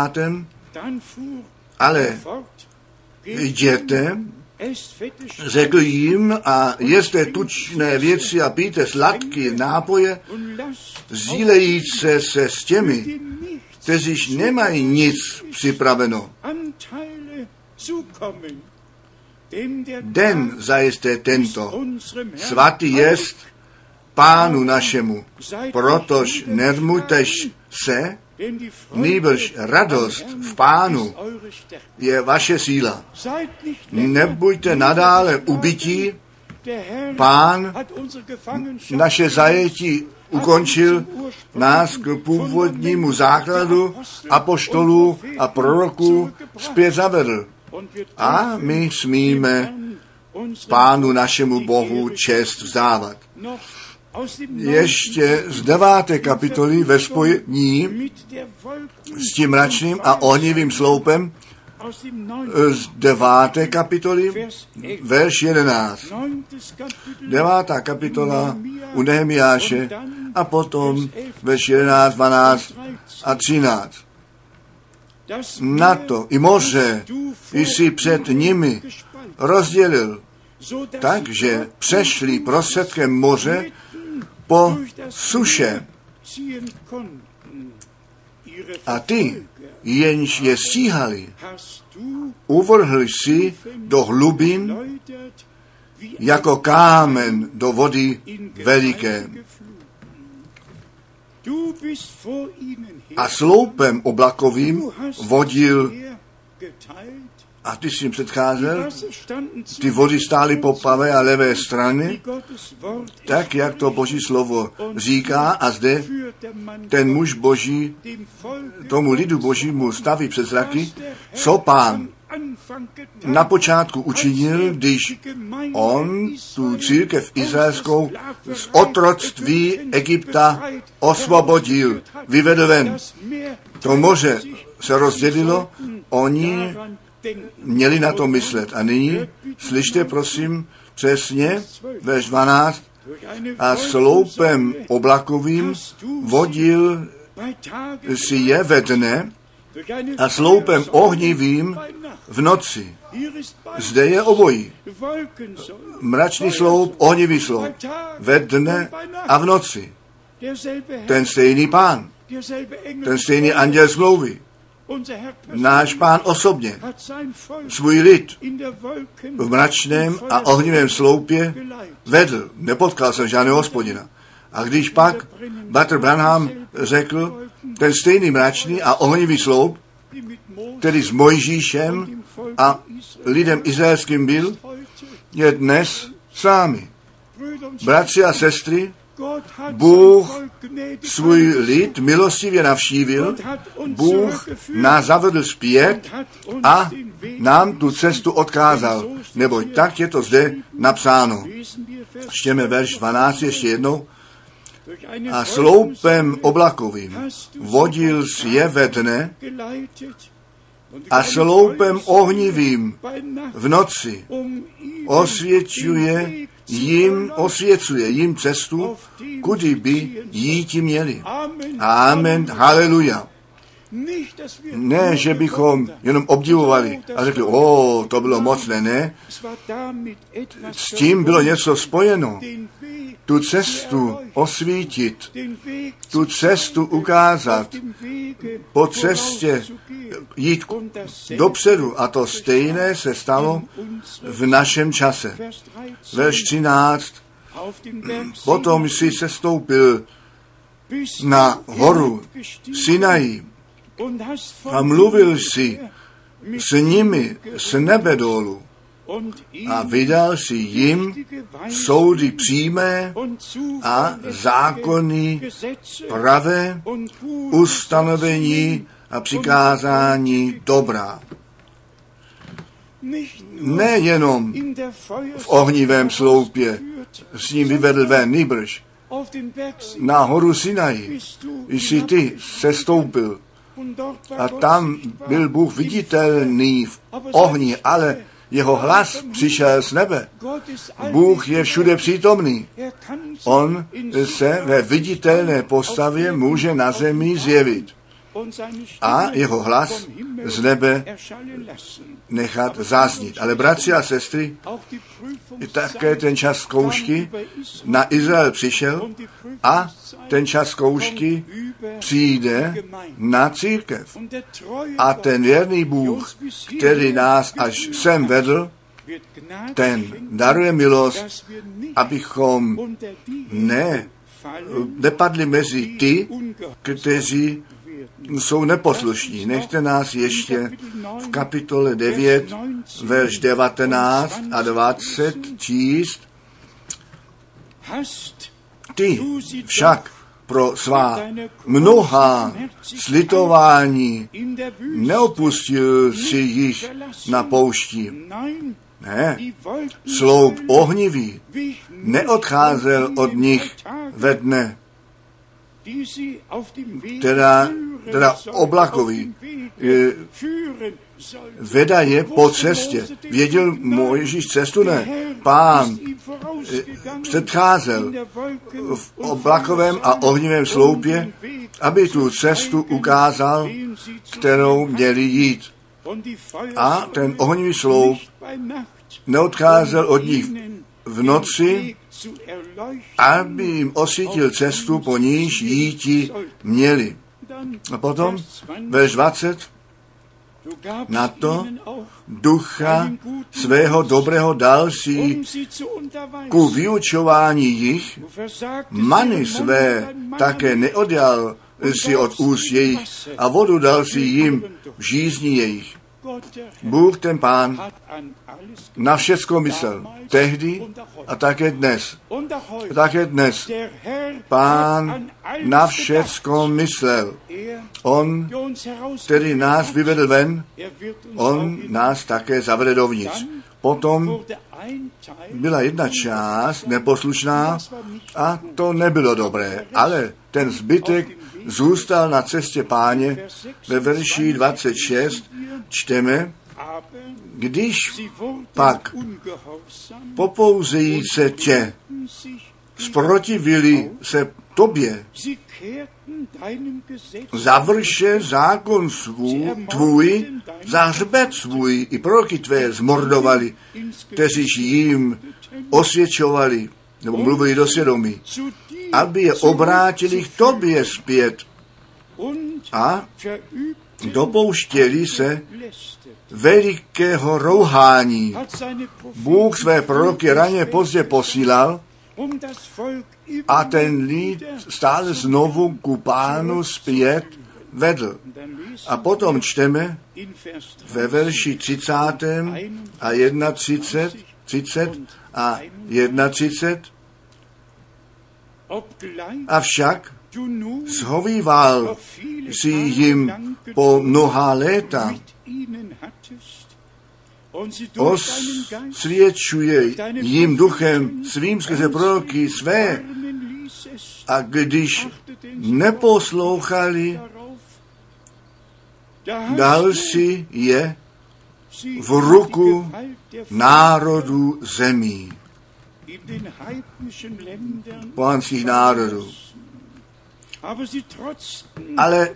B: Ale jděte, řekl jim, a jeste tučné věci a pijte sladké nápoje, sdílejíce se s těmi, kteříž nemají nic připraveno. Den zajisté tento, svatý jest Pánu našemu, protož nermujtež se, nýbrž radost v Pánu je vaše síla. Nebuďte nadále ubití, Pán naše zajetí ukončil, nás k původnímu základu apoštolů a proroků zpět zavedl. A my smíme Pánu našemu Bohu čest vzdávat. Ještě z 9. kapitoly ve spojení s tím mračným a ohnivým sloupem z 9. kapitoly, verš 11. 9. kapitola u Nehemiáše a potom verš 11, 12 a 13. Na to i moře jsi před nimi rozdělil, takže přešli prostředkem moře po suše. A ty, jenž je stíhali, uvrhli si do hlubin jako kámen do vody veliké. A sloupem oblakovým vodil, a ty jsi jim předcházel, ty vody stály po pravé a levé straně, tak, jak to Boží slovo říká, a zde ten muž Boží tomu lidu Božímu staví před zraky, co Pán na počátku učinil, když on tu církev izraelskou z otroctví Egypta osvobodil, vyvedl ven. To moře se rozdělilo, oni měli na to myslet. A nyní slyšte prosím přesně verš 12. A sloupem oblakovým vodil si je ve dne a sloupem ohnivým v noci. Zde je obojí. Mračný sloup, ohnivý sloup. Ve dne a v noci. Ten stejný Pán. Ten stejný anděl smlouvy. Náš Pán osobně svůj lid v mračném a ohnivém sloupě vedl. Nepotkal jsem žádného Hospodina. A když pak Bratr Branham řekl, ten stejný mračný a ohnivý sloup, který s Mojžíšem a lidem izraelským byl, je dnes s námi. Bratři a sestry, Bůh svůj lid milostivě navštívil, Bůh nás zavedl zpět a nám tu cestu odkázal. Neboť tak je to zde napsáno. Čtěme verš 12 ještě jednou. A sloupem oblakovým vodil si je ve dne a sloupem ohnivým v noci osvědčuje jim osvěcuje, jim cestu, kudy by jíti měli. Amen, haleluja. Ne, že bychom jenom obdivovali a řekli, to bylo mocné, ne. S tím bylo něco spojeno. Tu cestu osvítit, tu cestu ukázat, po cestě jít dopředu. A to stejné se stalo v našem čase. Verš 13. Potom jsi sestoupil na horu Sinai a mluvil jsi s nimi z nebe dolů a vydal si jim soudy přímé a zákony pravé, ustanovení a přikázání dobrá. Nejenom v ohnivém sloupě s ním vyvedl ven, nýbrž na horu Sinai jsi ty sestoupil a tam byl Bůh viditelný v ohni, ale jeho hlas přišel z nebe. Bůh je všude přítomný. On se ve viditelné postavě může na zemi zjevit a jeho hlas z nebe nechat zaznít. Ale bratři a sestry, také ten čas zkoušky na Izrael přišel a ten čas zkoušky přijde na církev. A ten věrný Bůh, který nás až sem vedl, ten daruje milost, abychom nepadli mezi ty, kteří jsou neposlušní. Nechte nás ještě v kapitole 9, verš 19 a 20 číst. Ty však pro svá mnohá slitování neopustil si jich na poušti. Ne, sloup ohnivý neodcházel od nich ve dne, teda oblakový veda je po cestě. Věděl Mojžíš cestu? Ne. Pán předcházel v oblakovém a ohnivém sloupě, aby tu cestu ukázal, kterou měli jít. A ten ohnivý sloup neodcházel od nich v noci, aby jim osvítil cestu, po níž jíti měli. A potom, verš 20, na to ducha svého dobrého dal si ku vyučování jich, many své také neodjal si od úst jejich a vodu dal si jim v žízni jejich. Bůh, ten Pán, na všecko myslel. Tehdy a také dnes. Také dnes. Pán na všecko myslel. On, který nás vyvedl ven, on nás také zavede dovnitř. Potom byla jedna část neposlušná a to nebylo dobré, ale ten zbytek zůstal na cestě Páně. Ve verši 26 čteme, když pak popouzejí se tě, zprotivili se tobě, završe zákon tvůj, za hřbet svůj i proroky tvé zmordovali, kteříž jim osvědčovali, nebo mluvili do svědomí, aby je obrátili k tobě zpět a dopouštěli se velikého rouhání. Bůh své proroky raně pozdě posílal a ten lid stále znovu ku Pánu zpět vedl. A potom čteme ve verši 30 a 31, a 31. Avšak shovíval si jim po mnoha léta, osvědčuje jim duchem svým skrze proroky své, a když neposlouchali, dal si je v ruku národů zemí.
A: in den heidnischen Ländern,
B: pohanských národů.
A: aber sie trotzten,
B: Ale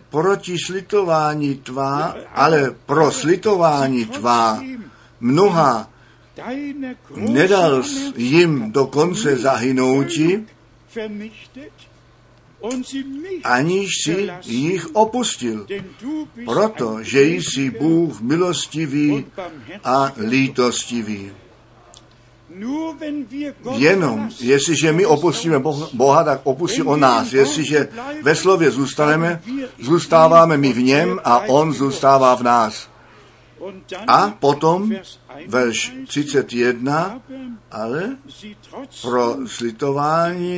B: pro slitování tvá mnoha
A: deiner
B: nedal
A: großen
B: jim dokonce zahynouti,
A: vernichtet und sie nicht
B: aniž si jich opustil.
A: denn du bist
B: Protože jsi Bůh milostivý a lítostivý.
A: nur wenn wir Gott
B: Jenom,
A: verlassen,
B: jestliže my opustíme Boha, tak opustí on nás. Jestliže ve slově zůstaneme, zůstáváme my v něm a on zůstává v nás.
A: und dann
B: A potom,
A: Vers 31,
B: verš 31,
A: aber
B: ale
A: sie trotzdem
B: pro slitování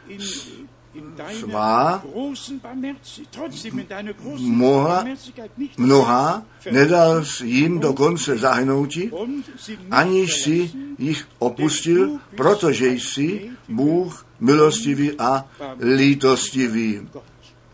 A: in deiner
B: svá
A: großen Barmherzigkeit, trotzdem in deiner großen
B: mohla
A: Barmherzigkeit nicht
B: mnoha
A: vergessen
B: nedal jim dokonce zahynouti,
A: und sie nicht
B: aniž si
A: verlassen,
B: jich opustil, protože jsi Bůh milostivý a lítostivý.
A: Gott.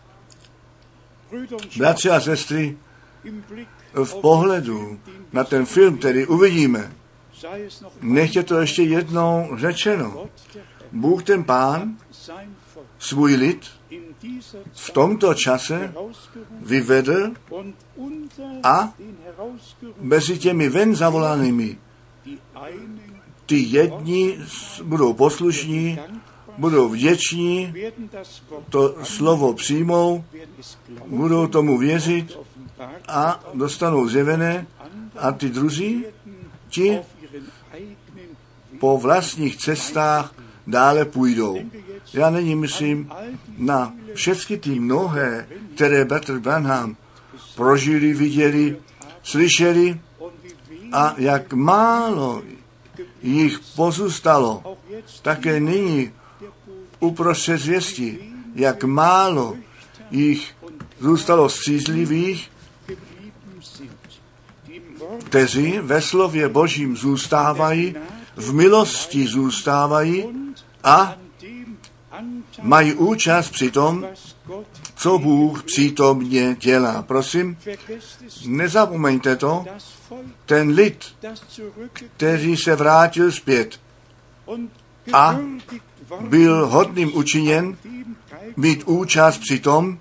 A: Brüder und
B: Bratři a sestry,
A: im Blick
B: v pohledu na ten film, který uvidíme,
A: sei es noch
B: nech je to ještě jednou řečeno.
A: Gott, der Herr,
B: Bůh ten Pán
A: sein Volk
B: svůj lid
A: in dieser
B: v
A: Zeit
B: tomto čase
A: herausgerufen
B: vyvedl
A: und unter
B: a
A: den herausgerufen
B: mezi těmi ven zavolanými
A: die einen
B: ty jedni budou poslušní, budou vděční,
A: werden das Wort
B: to slovo přijmou,
A: werden es glauben,
B: budou tomu věřit
A: offenbart
B: a dostanou zjevené a ty druzí, ti
A: auf ihren eigenen
B: po vlastních cestách dále půjdou. Já nyní myslím na všechny ty mnohé, které Bratr Branham prožili, viděli, slyšeli
A: und wie wenig
B: a jak málo jich pozůstalo,
A: auch jetzt
B: také nyní uprostřed zvěsti, jak málo jich zůstalo střízlivých,
A: geblieben sind, die im Wort
B: kteří ve slově Božím zůstávají, v milosti zůstávají a
A: an dem Anteil,
B: mají účast při tom,
A: was Gott
B: co Bůh přítomně dělá. Prosím,
A: vergesst es,
B: nezapomeňte to,
A: das Volk,
B: ten lid,
A: das zurückgekehrt
B: který se vrátil zpět
A: und
B: a
A: gewürdigt worden,
B: byl hodným učiněn
A: dem Teil,
B: mít účast při tom,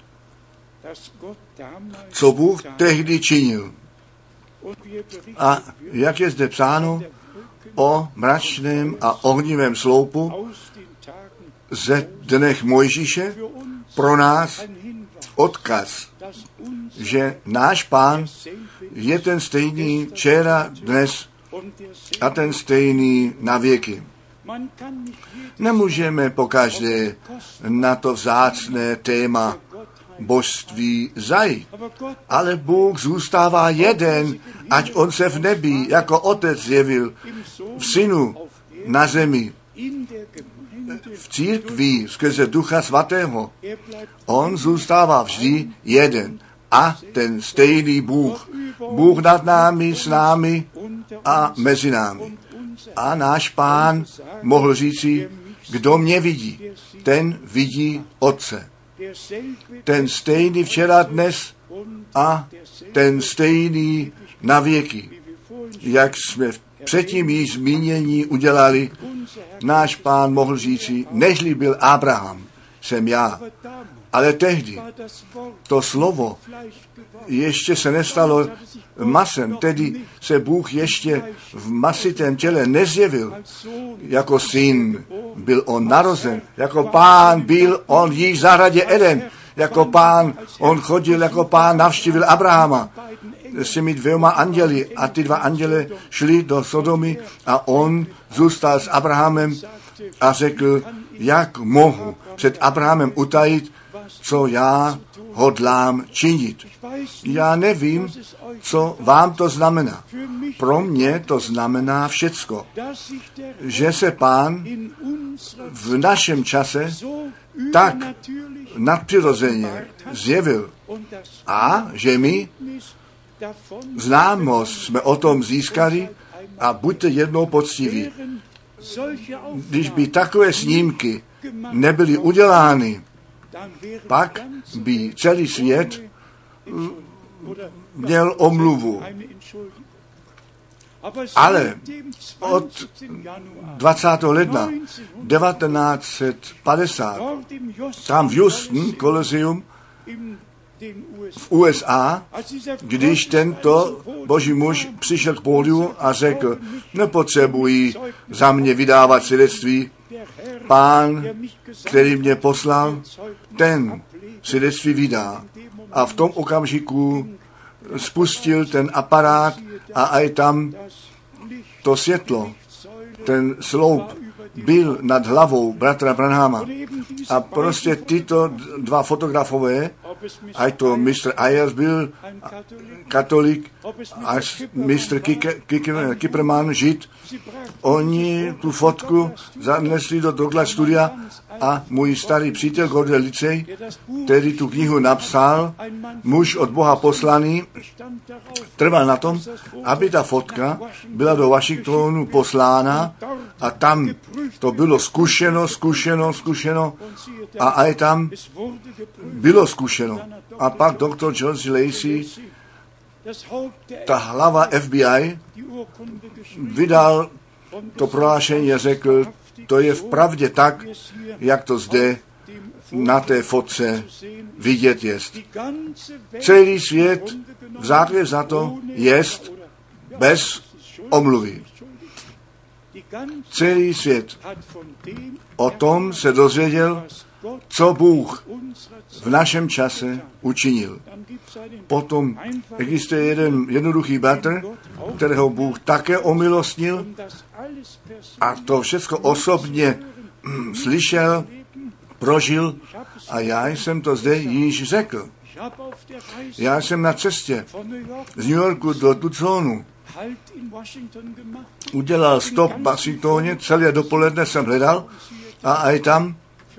A: das Gott damals
B: co Bůh
A: getan.
B: tehdy činil.
A: Und wir berichten
B: A jak je zde psáno o mračném a ohnivém sloupu
A: aus den Tagen
B: ze dnech Mojžíše,
A: für uns
B: pro nás
A: ein Hinweis,
B: odkaz,
A: dass unser
B: že náš Pán
A: derselbe
B: je ten stejný včera, dnes
A: und derselbe.
B: a ten stejný na věky.
A: Man kann nicht jedes
B: Nemůžeme pokaždé na to vzácné téma božství zajít.
A: aber Gott
B: Ale Bůh zůstává jeden, ať on se v nebi jako otec zjevil
A: im Sohn
B: v synu
A: auf Erden
B: na zemi,
A: in der Gemeinde,
B: v církvi skrze Ducha Svatého.
A: er bleibt
B: On zůstává vždy jeden a ten stejný Bůh. Bůh nad námi, s námi
A: unter
B: a
A: uns
B: mezi námi.
A: und unser
B: A náš Pán mohl říci, kdo mě vidí, ten vidí Otce.
A: derselbe
B: Ten stejný včera, dnes
A: und
B: a ten stejný na věky.
A: wie wir vorhin
B: Jak jsme předtím již zmínění udělali,
A: unser Herr
B: náš Pán mohl říci, nežli byl Abraham, jsem já.
A: aber damals
B: Ale tehdy
A: war das Wort
B: to slovo
A: Fleisch geworden.
B: ještě se nestalo masem, tedy se Bůh ještě v masitém těle nezjevil.
A: Als Sohn
B: Jako syn byl on narozen, jako pán byl on již v zahradě Eden, jako pán on chodil, jako pán navštívil Abrahama s těmi dvěma anděli a ty dva anděle šli do Sodomy a on zůstal s Abrahamem a řekl, jak mohu před Abrahamem utajit, co já hodlám činit. Já nevím, co vám to znamená. Pro mě to znamená všecko,
A: dass sich der
B: že se Pán
A: in unserer
B: v našem čase
A: so
B: tak
A: übernatürlich
B: nadpřirozeně zjevil
A: und das
B: a že my
A: Ergebnis davon
B: známost jsme o tom získali a buďte jednou poctiví.
A: wären solche
B: Když by
A: Aufnahmen,
B: takové snímky nebyly udělány,
A: dann wäre
B: pak
A: die ganze
B: by
A: Welt
B: celý svět
A: Entschuldigung, oder
B: měl omluvu.
A: eine Entschuldigung.
B: Ale od 20. ledna 1950 tam v Houston Kolosseum v USA, když tento boží muž přišel k pódiu a řekl, nepotřebuji za mě vydávat svědectví, Pán, který mě poslal, ten svědectví vydá. A v tom okamžiku spustil ten aparát a i tam to světlo, ten sloup byl nad hlavou bratra Branhama. A prostě tyto dva fotografové, ať to Mr. Ayers byl katolik, až Mr. Kipperman žid, oni tu fotku zanesli do Douglas studia a můj starý přítel Gordon Licej, který tu knihu napsal, muž od Boha poslaný, trval na tom, aby ta fotka byla do Washingtonu poslána a tam to bylo zkušeno a aj tam bylo zkušeno. A pak doktor George Lacey, ta hlava FBI, vydal to prohlášení a řekl, to je vpravdě tak, jak to zde na té fotce vidět jest. Celý svět v základě za to jest bez omluvy. Celý svět o tom se dozvěděl, co Bůh v našem čase učinil. Potom existuje jeden jednoduchý bratr, kterého Bůh také omilostnil a to všechno osobně slyšel, prožil a já jsem to zde již řekl. Já jsem na cestě z New Yorku do Tucsonu udělal stop v Washingtoně, celé dopoledne jsem hledal a i tam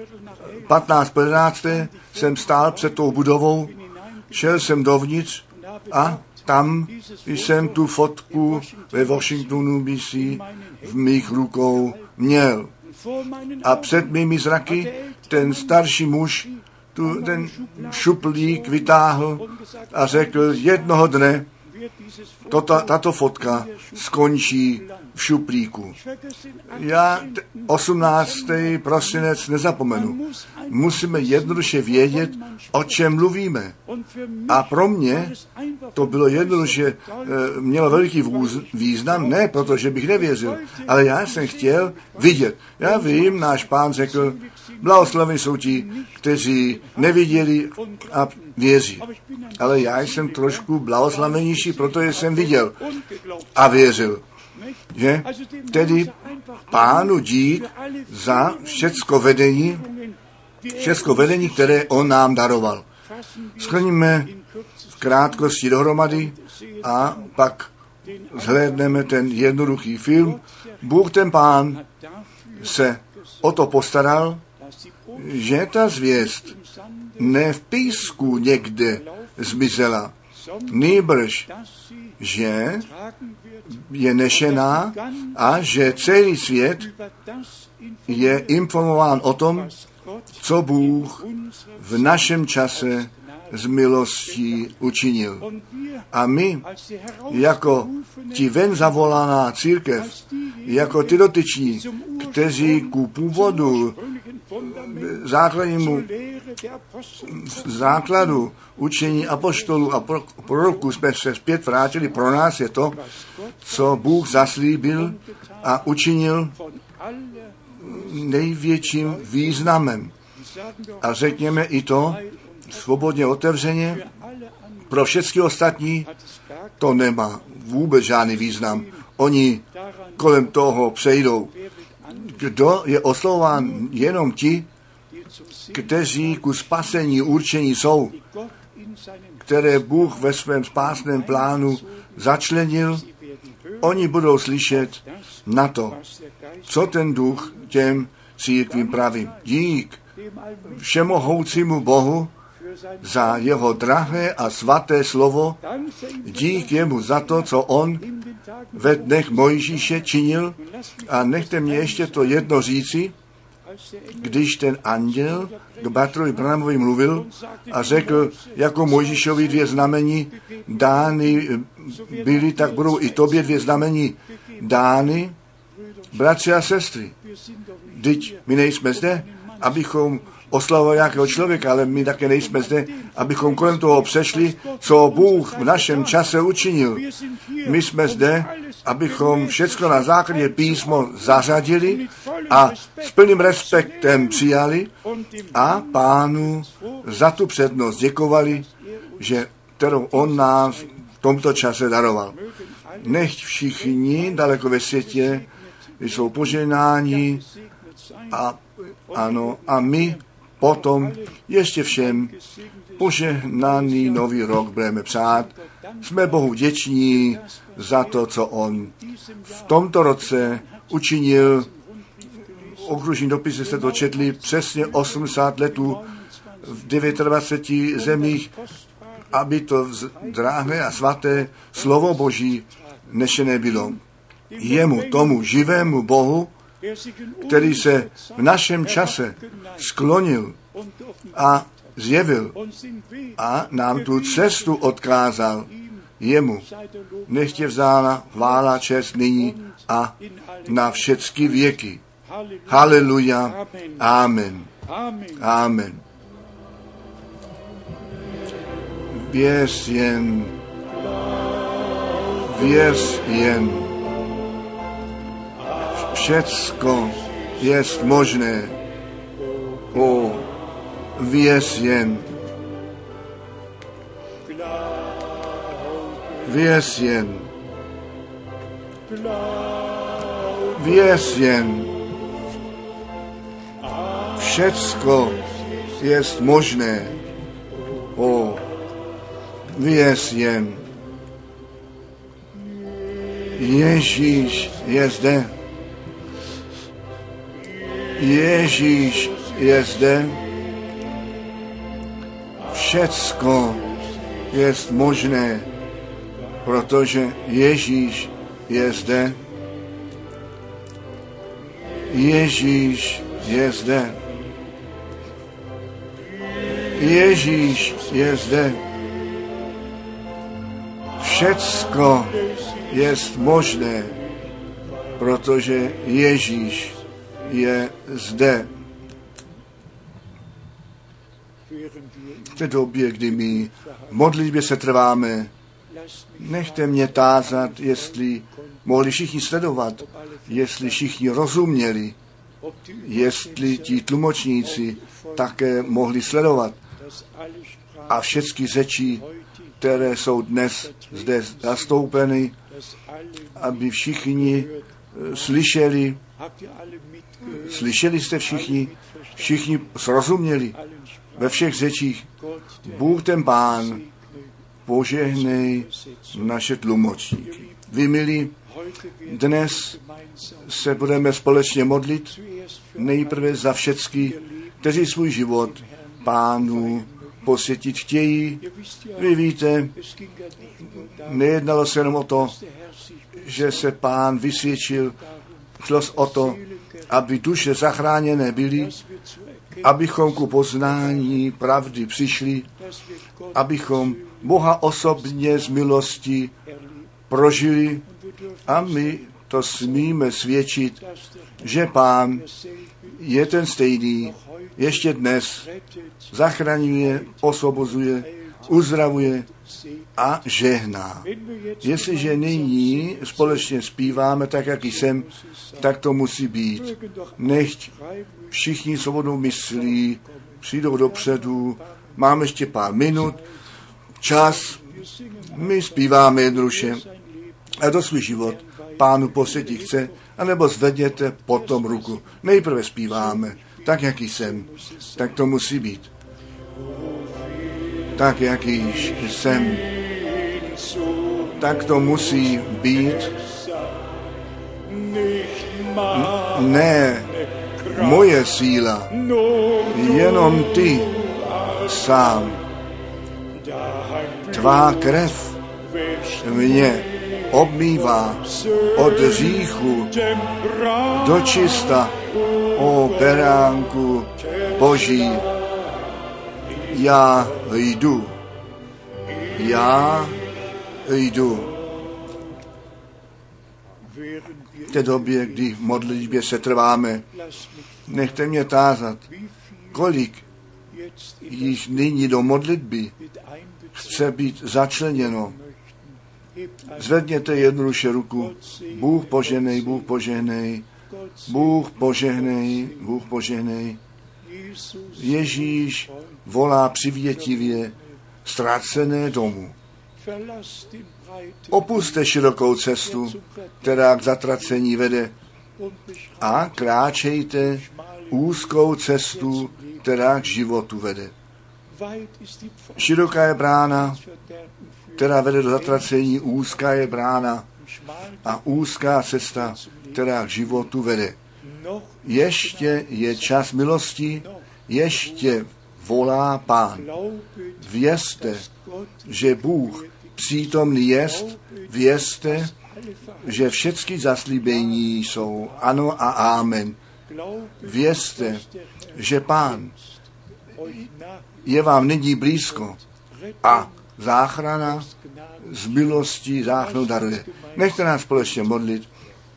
B: 15:15 jsem stál před tou budovou, šel jsem dovnitř a tam jsem tu fotku ve Washingtonu BC v mých rukou měl. A před mými zraky ten starší muž ten šuplík vytáhl a řekl, jednoho dne tato fotka skončí v šuplíku. Já 18. prosinec nezapomenu. Musíme jednoduše vědět, o čem mluvíme. A pro mě to bylo jednoduše, mělo veliký význam, ne protože bych nevěřil, ale já jsem chtěl vidět. Já vím, náš Pán řekl, blahoslavení jsou ti, kteří neviděli a věří. Ale já jsem trošku blahoslavenější, protože jsem viděl a věřil. Že? Tedy Pánu dík za všecko vedení, které on nám daroval. Shrníme v krátkosti dohromady a pak zhlédneme ten jednoduchý film. Bůh ten Pán se o to postaral, že ta zvěst ne v písku někde zmizela, nýbrž, že je nešená a že celý svět je informován o tom, co Bůh v našem čase z milostí učinil. A my, jako ti ven zavolaná církev, jako ty dotyční, kteří ku původu základu učení apoštolů a proroků jsme se zpět vrátili, pro nás je to, co Bůh zaslíbil a učinil největším významem. A řekněme i to svobodně otevřeně, pro všechny ostatní to nemá vůbec žádný význam. Oni kolem toho přejdou. Kdo je oslovován? Jenom ti, kteří ku spasení určení jsou, které Bůh ve svém spásném plánu začlenil. Oni budou slyšet na to, co ten Duch těm církvím praví. Dík všemohoucímu Bohu za jeho drahé a svaté slovo, dík jemu za to, co on ve dnech Mojžíše činil. A nechte mě ještě to jedno říci, když ten anděl k bratrovi Branhamovi mluvil a řekl, jako Mojžíšovi 2 znamení dány byly, tak budou i tobě 2 znamení dány. Bratři a sestry, vždyť my nejsme zde, abychom oslavovali nějakého člověka, ale my také nejsme zde, abychom kolem toho přešli, co Bůh v našem čase učinil. My jsme zde, abychom všechno na základě písmo zařadili a s plným respektem přijali a Pánu za tu přednost děkovali, kterou on nás v tomto čase daroval. Nechť všichni daleko ve světě jsou požehnáni a my potom ještě všem požehnaný nový rok budeme přát. Jsme Bohu vděční za to, co on v tomto roce učinil. Okružní dopisy jste to četli, přesně 80 letů v 29 zemích, aby to drahé a svaté slovo Boží nešené bylo. Jemu, tomu živému Bohu, který se v našem čase sklonil a zjevil a nám tu cestu odkázal. Jemu nechtě vzána chvála, čest nyní a na všechny věky. Haleluja. Amen. Amen. Věř jen. Věř jen. Všecko jest možné. O, věř jen. Věř jen. Věř jen. Všecko jest možné. O, věř jen. Ježíš je zde. Ježíš je zde. Všecko jest možné, protože Ježíš je zde. Ježíš je zde. Ježíš je zde. Všecko jest možné, protože Ježíš je zde. V té době, kdy my v modlitbě se trváme, nechte mě tázat, jestli mohli všichni sledovat, jestli všichni rozuměli, jestli ti tlumočníci také mohli sledovat. A všechny řeči, které jsou dnes zde zastoupeny, aby všichni slyšeli. Slyšeli jste všichni? Všichni srozuměli ve všech řečích. Bůh ten Pán požehnej naše tlumočníky. Vy, milí, dnes se budeme společně modlit nejprve za všechny, kteří svůj život Pánu posvětit chtějí. Vy víte, nejednalo se jenom o to, že se Pán vysvědčil, šlo o to, aby duše zachráněné byly, abychom ku poznání pravdy přišli, abychom Boha osobně z milosti prožili a my to smíme svědčit, že Pán je ten stejný, ještě dnes zachraňuje, osvobozuje, uzdravuje a žehná. Jestliže nyní společně zpíváme tak, jak jsem, tak to musí být. Nechť všichni svobodnou myslí přijdou dopředu, máme ještě pár minut, čas, my zpíváme jednoduše a do svůj život Pánu posvětit chce, anebo zvedněte potom ruku. Nejprve zpíváme, tak, jaký jsem, tak to musí být. Tak, jaký jsem, tak to musí být. Ne moje síla, jenom ty sám. Tvá krev mě obmývá od hříchu do čista, o beránku Boží. Já jdu. V té době, kdy v modlitbě se trváme, nechte mě tázat, kolik již nyní do modlitby chce být začleněno. Zvedněte jednoduše ruku. Bůh požehnej, Bůh požehnej, Bůh požehnej, Bůh požehnej. Ježíš volá přivětivě ztracené domů. Opuste širokou cestu, která k zatracení vede, a kráčejte úzkou cestu, která k životu vede. Široká je brána, která vede do zatracení, úzká je brána a úzká cesta, která k životu vede. Ještě je čas milosti, ještě volá Pán. Vězte, že Bůh přítomný jest, vězte, že všechny zaslíbení jsou ano a amen. Vězte, že Pán je vám nyní blízko a záchrana z milostí záchranu daruje. Nechte nás společně modlit.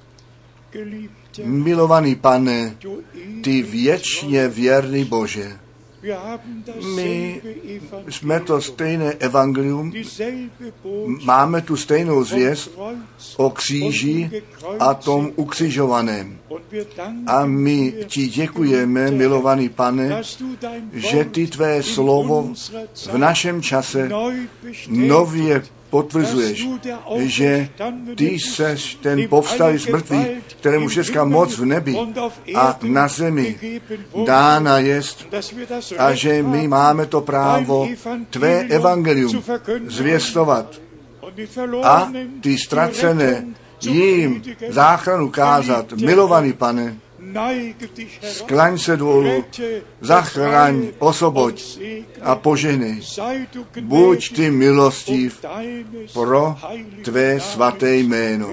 B: Milovaný Pane, ty věčně věrný Bože, my jsme to stejné evangelium, máme tu stejnou zvěst o kříži a tom ukřižovaném. A my ti děkujeme, milovaný Pane, že ty tvé slovo v našem čase nově potvrzuješ, že ty seš ten povstalý z mrtvých, kterému všechna moc v nebi a na zemi dána jest, a že my máme to právo tvé evangelium zvěstovat a ty ztracené jim záchranu kázat. Milovaný Pane, sklaň se dolů, zachraň, osvoboď a požehnej. Buď ty milostiv pro tvé svaté jméno.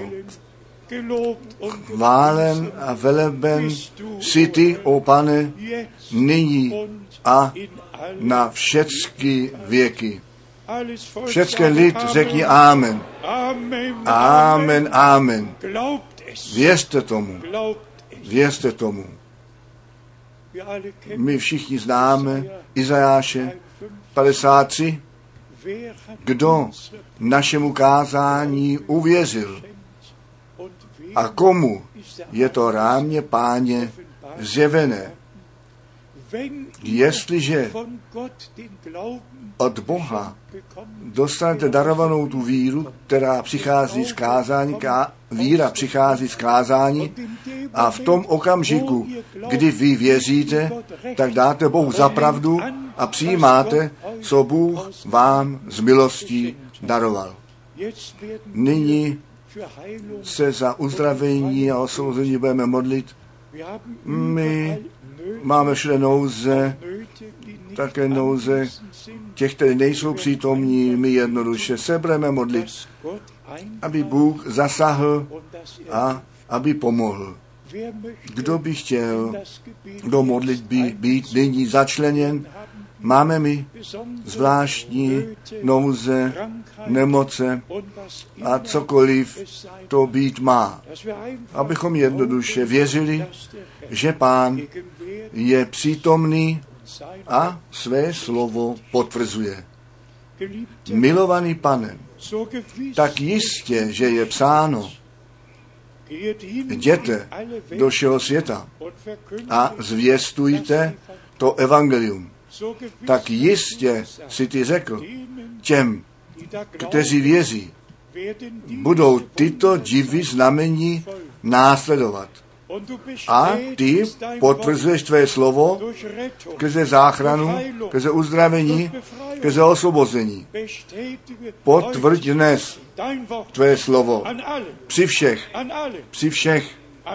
B: Chválen a veleben si ty, o Pane, nyní a na všechny věky. Všechny lid řekni amen. Amen, amen. Věřte tomu. Věřte tomu. My všichni známe Izajáše 53. Kdo našemu kázání uvěřil a komu je to rámě Páně zjevené. Jestliže od Boha dostanete darovanou tu víru, která přichází z kázání, víra přichází z kázání, a v tom okamžiku, kdy vy věříte, tak dáte Bohu za pravdu a přijímáte, co Bůh vám z milostí daroval. Nyní se za uzdravení a osvobození budeme modlit. My máme všude nouze, také nouze těch, kteří nejsou přítomní, my jednoduše se budeme modlit, aby Bůh zasahl a aby pomohl. Kdo by chtěl do modlitby být nyní začleněn, máme my zvláštní nouze, nemoce a cokoliv to být má. Abychom jednoduše věřili, že Pán je přítomný a své slovo potvrzuje. Milovaný Pane, tak jistě, že je psáno, jděte do všeho světa a zvěstujte to evangelium. Tak jistě si ty řekl těm, kteří věří, budou tyto divy znamení následovat. A ty potvrzuješ tvé slovo skrze záchranu, skrze uzdravení, skrze osvobození. Potvrď dnes tvé slovo při všech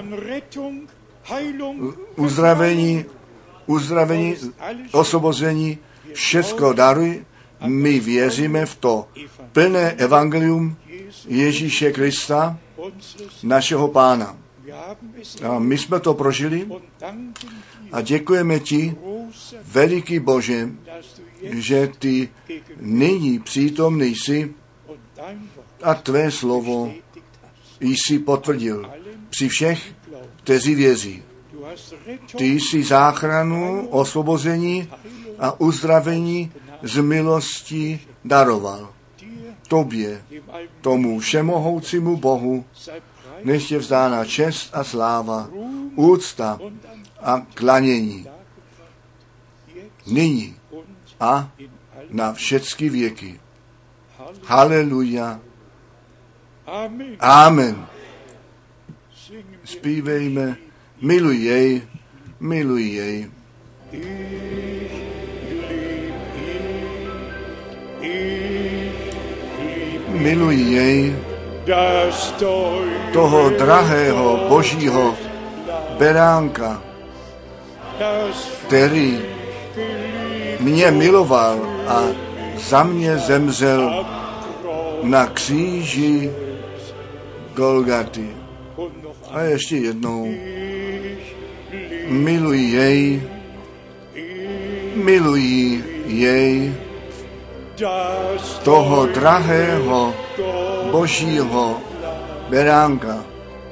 B: uzdravení, osvobození, všecko daruj. My věříme v to plné evangelium Ježíše Krista, našeho Pána. A my jsme to prožili a děkujeme ti, veliký Bože, že ty nyní přítomný jsi a tvé slovo jsi potvrdil při všech, kteří věří. Ty jsi záchranu, osvobození a uzdravení z milosti daroval. Tobě, tomu všemohoucímu Bohu, než je vzdána čest a sláva, úcta a klanění. Nyní a na všechny věky. Haleluja. Amen. Zpívejme, miluj jej, miluj jej. Miluj jej, toho drahého božího beránka, který mě miloval a za mě zemřel na kříži Golgaty. A ještě jednou. Miluj jej, miluj jej, toho drahého božího beránka,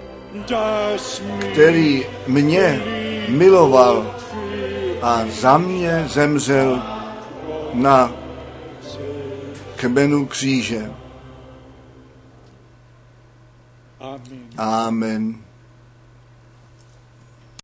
B: který mě miloval a za mě zemřel na kmenu kříže. Amen.